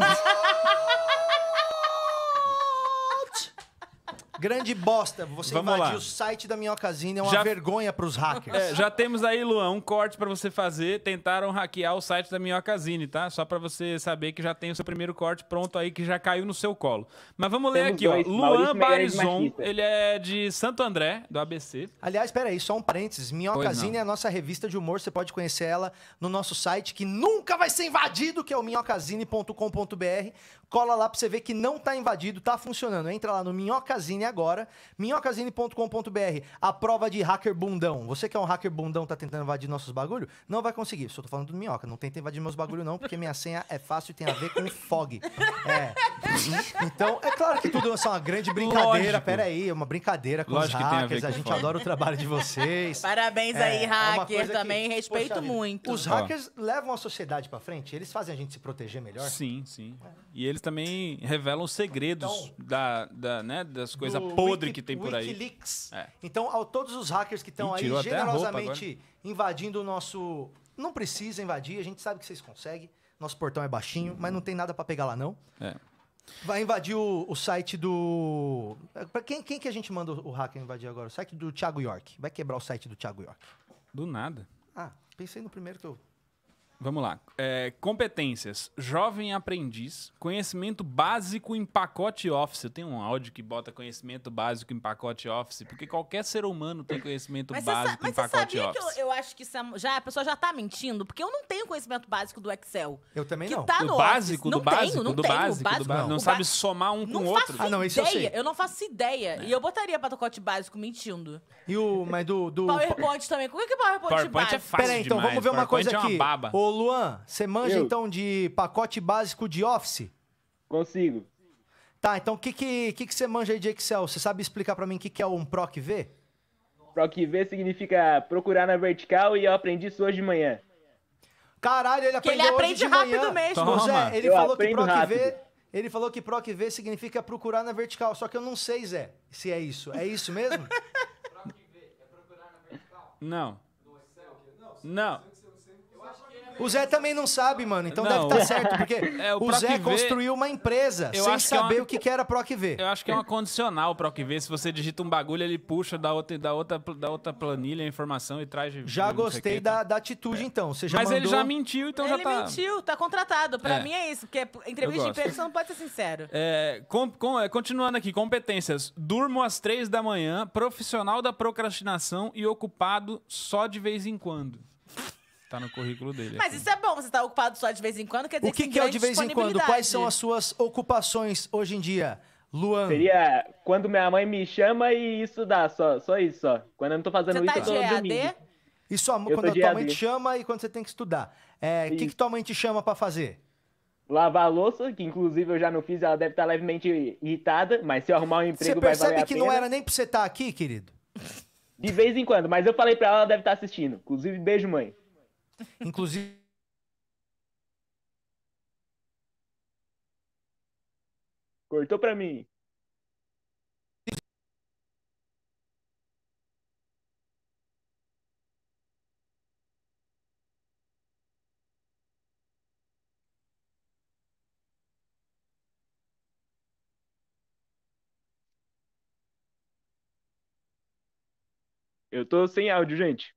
Grande bosta. Você Vamos invadir lá. o site da Minhocazine é uma Já- vergonha pros hackers. É, já temos aí, Luan, um corte pra você fazer. Tentaram hackear o site da Minhocazine, tá? Só pra você saber que já tem o seu primeiro corte pronto aí, que já caiu no seu colo. Mas vamos ler Temos aqui, ó. dois, Luan Maurício Meirelles Barizon, Machista. ele é de Santo André, do A B C. Aliás, peraí, só um parênteses. Minhocazine Pois não. é a nossa revista de humor. Você pode conhecer ela no nosso site, que nunca vai ser invadido, que é o minhocazine ponto com ponto br. Cola lá pra você ver que não tá invadido, tá funcionando. Entra lá no Minhocazine agora, minhocazine ponto com ponto br. A prova de hacker bundão. Você que é um hacker bundão, tá tentando invadir nossos bagulho? Não vai conseguir. Só tô falando do Minhoca. Não tenta invadir meus bagulho não, porque minha senha é fácil e tem a ver com fog. É. Então, é claro que tudo é só uma grande brincadeira. Lógico. Peraí, é uma brincadeira com Lógico os que tem a ver hackers. com A gente fog. adora o trabalho de vocês. Parabéns É, aí, é uma hacker. coisa que, Também respeito poxa vida, muito. Os Ó. hackers levam a sociedade pra frente, eles fazem a gente se proteger melhor. Sim, sim. E eles também revelam segredos Então, da, da, né, das coisas Do podres Wiki- que tem por aí. Wikileaks. É. Então, ao todos os hackers que estão Ih, aí tirou até a roupa generosamente invadindo o nosso... Não precisa invadir, a gente sabe que vocês conseguem. Nosso portão é baixinho, mas não tem nada pra pegar lá, não. É. Vai invadir o, o site do... Pra quem, quem que a gente manda o hacker invadir agora? O site do Thiago York. Vai quebrar o site do Thiago York. Do nada. Ah, pensei no primeiro que eu... Vamos lá. É, competências. Jovem aprendiz. Conhecimento básico em pacote Office. Eu tenho um áudio que bota conhecimento básico em pacote Office, porque qualquer ser humano tem conhecimento Mas você sa- básico mas em você pacote sabia que Office. eu, eu acho que isso é- já, a pessoa já tá mentindo? Porque eu não tenho conhecimento básico do Excel. Eu também que não. tá Do no básico, Office. do não básico, tenho, não do tenho. básico, o básico do básico. Não o sabe ba- somar um não com o faço outro. Ah, não, isso eu ideia. sei. Eu não faço ideia. E eu botaria pacote básico mentindo. E o... Mas do... do... PowerPoint também. Como é que é PowerPoint, PowerPoint é básico? fácil Pera aí, então, demais. vamos ver uma PowerPoint coisa é uma aqui. baba. Ô, Luan, você manja, Eu. então, de pacote básico de Office? Consigo. Tá, então o que, que, que, que você manja aí de Excel? Você sabe explicar pra mim o que, que é um Proc V? Proc V significa procurar na vertical e eu aprendi isso hoje de manhã. Caralho, ele Que aprendeu ele hoje aprende de rápido manhã. mesmo. Toma. Ô, Zé, ele Eu falou que aprendo Proc V... rápido. Ele falou que Proc V significa procurar na vertical, só que eu não sei, Zé, se é isso. É isso mesmo? Não. Não. O Zé também não sabe, mano, então Não, deve estar certo, porque É, o o Proc Zé V construiu uma empresa eu sem acho que é saber uma- o que, que era Proc V. Eu acho que é uma condicional o Proc V. Se você digita um bagulho, ele puxa da outra, da outra, da outra planilha a informação e traz... de- Já não sei o gostei quê, da, tá? da atitude, então. Você já Mas mandou... ele já mentiu, então ele já tá... mentiu, tá contratado. Pra É. mim é isso, porque entrevista de gosto. emprego você não pode ser sincero. É, com- com- é, continuando aqui, competências. Durmo às três da manhã, profissional da procrastinação e ocupado só de vez em quando. Tá no currículo dele. Mas aqui. isso é bom, você tá ocupado só de vez em quando, quer dizer O que, tem que é o grande de vez em quando? Quais são as disponibilidade. suas ocupações hoje em dia, Luan? Seria quando minha mãe me chama e estudar, só, só isso, só. Quando eu não tô fazendo Você isso, tá eu de tô E A D? dormindo. E sua, Eu quando tô a de tua E A D. mãe te chama e quando você tem que estudar. É, o que, que Isso. tua mãe te chama pra fazer? Lavar a louça, que inclusive eu já não fiz, ela deve estar levemente irritada, mas se eu arrumar um Você emprego vai valer percebe a que pena. não era nem pra você estar aqui, querido? De vez em quando, mas eu falei pra ela, ela deve estar assistindo. Inclusive, beijo, mãe. Inclusive... Cortou pra mim. Eu tô sem áudio, gente.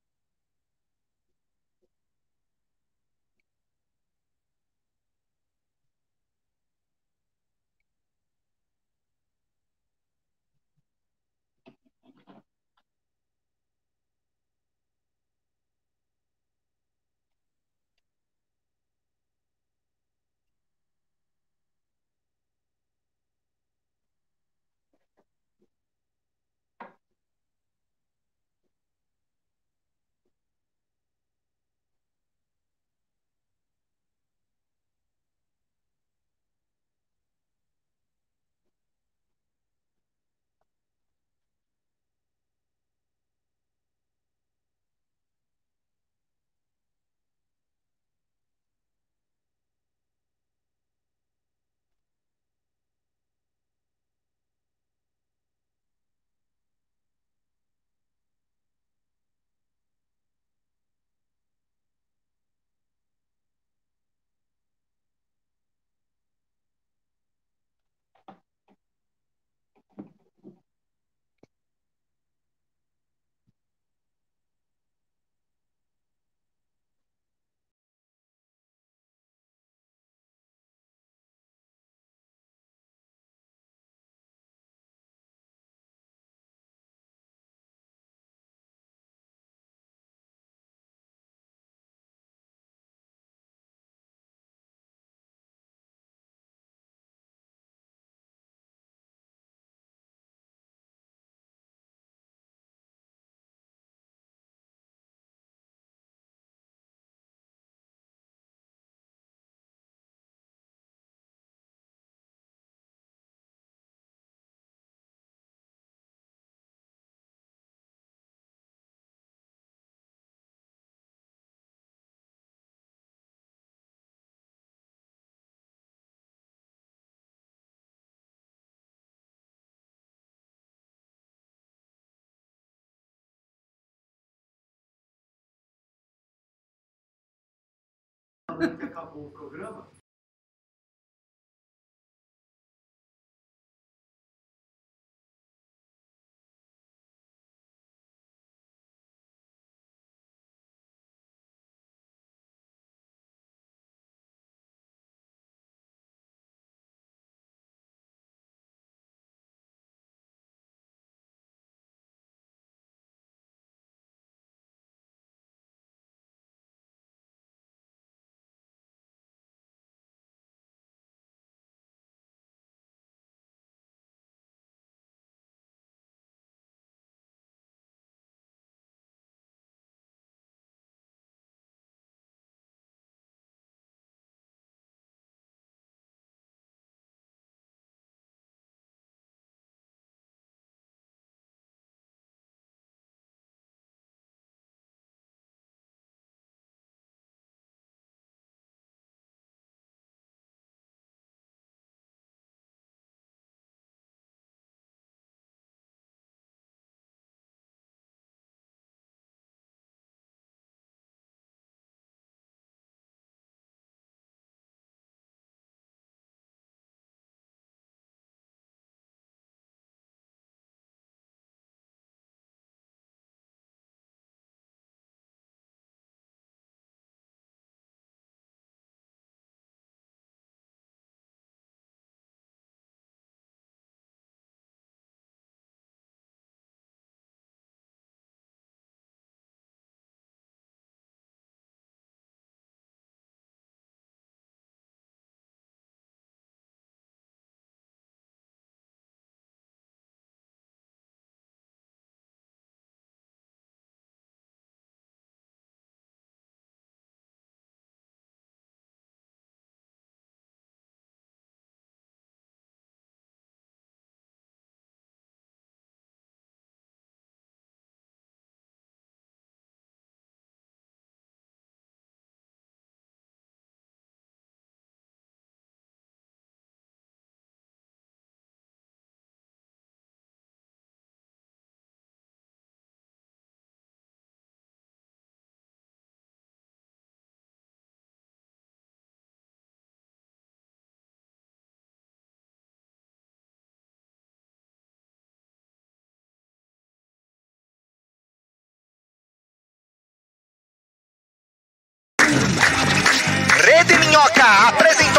Que acabou o programa.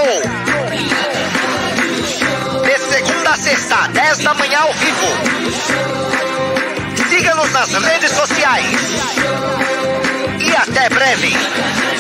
Show. De segunda a sexta, dez da manhã ao vivo. Siga-nos nas redes sociais. E até breve.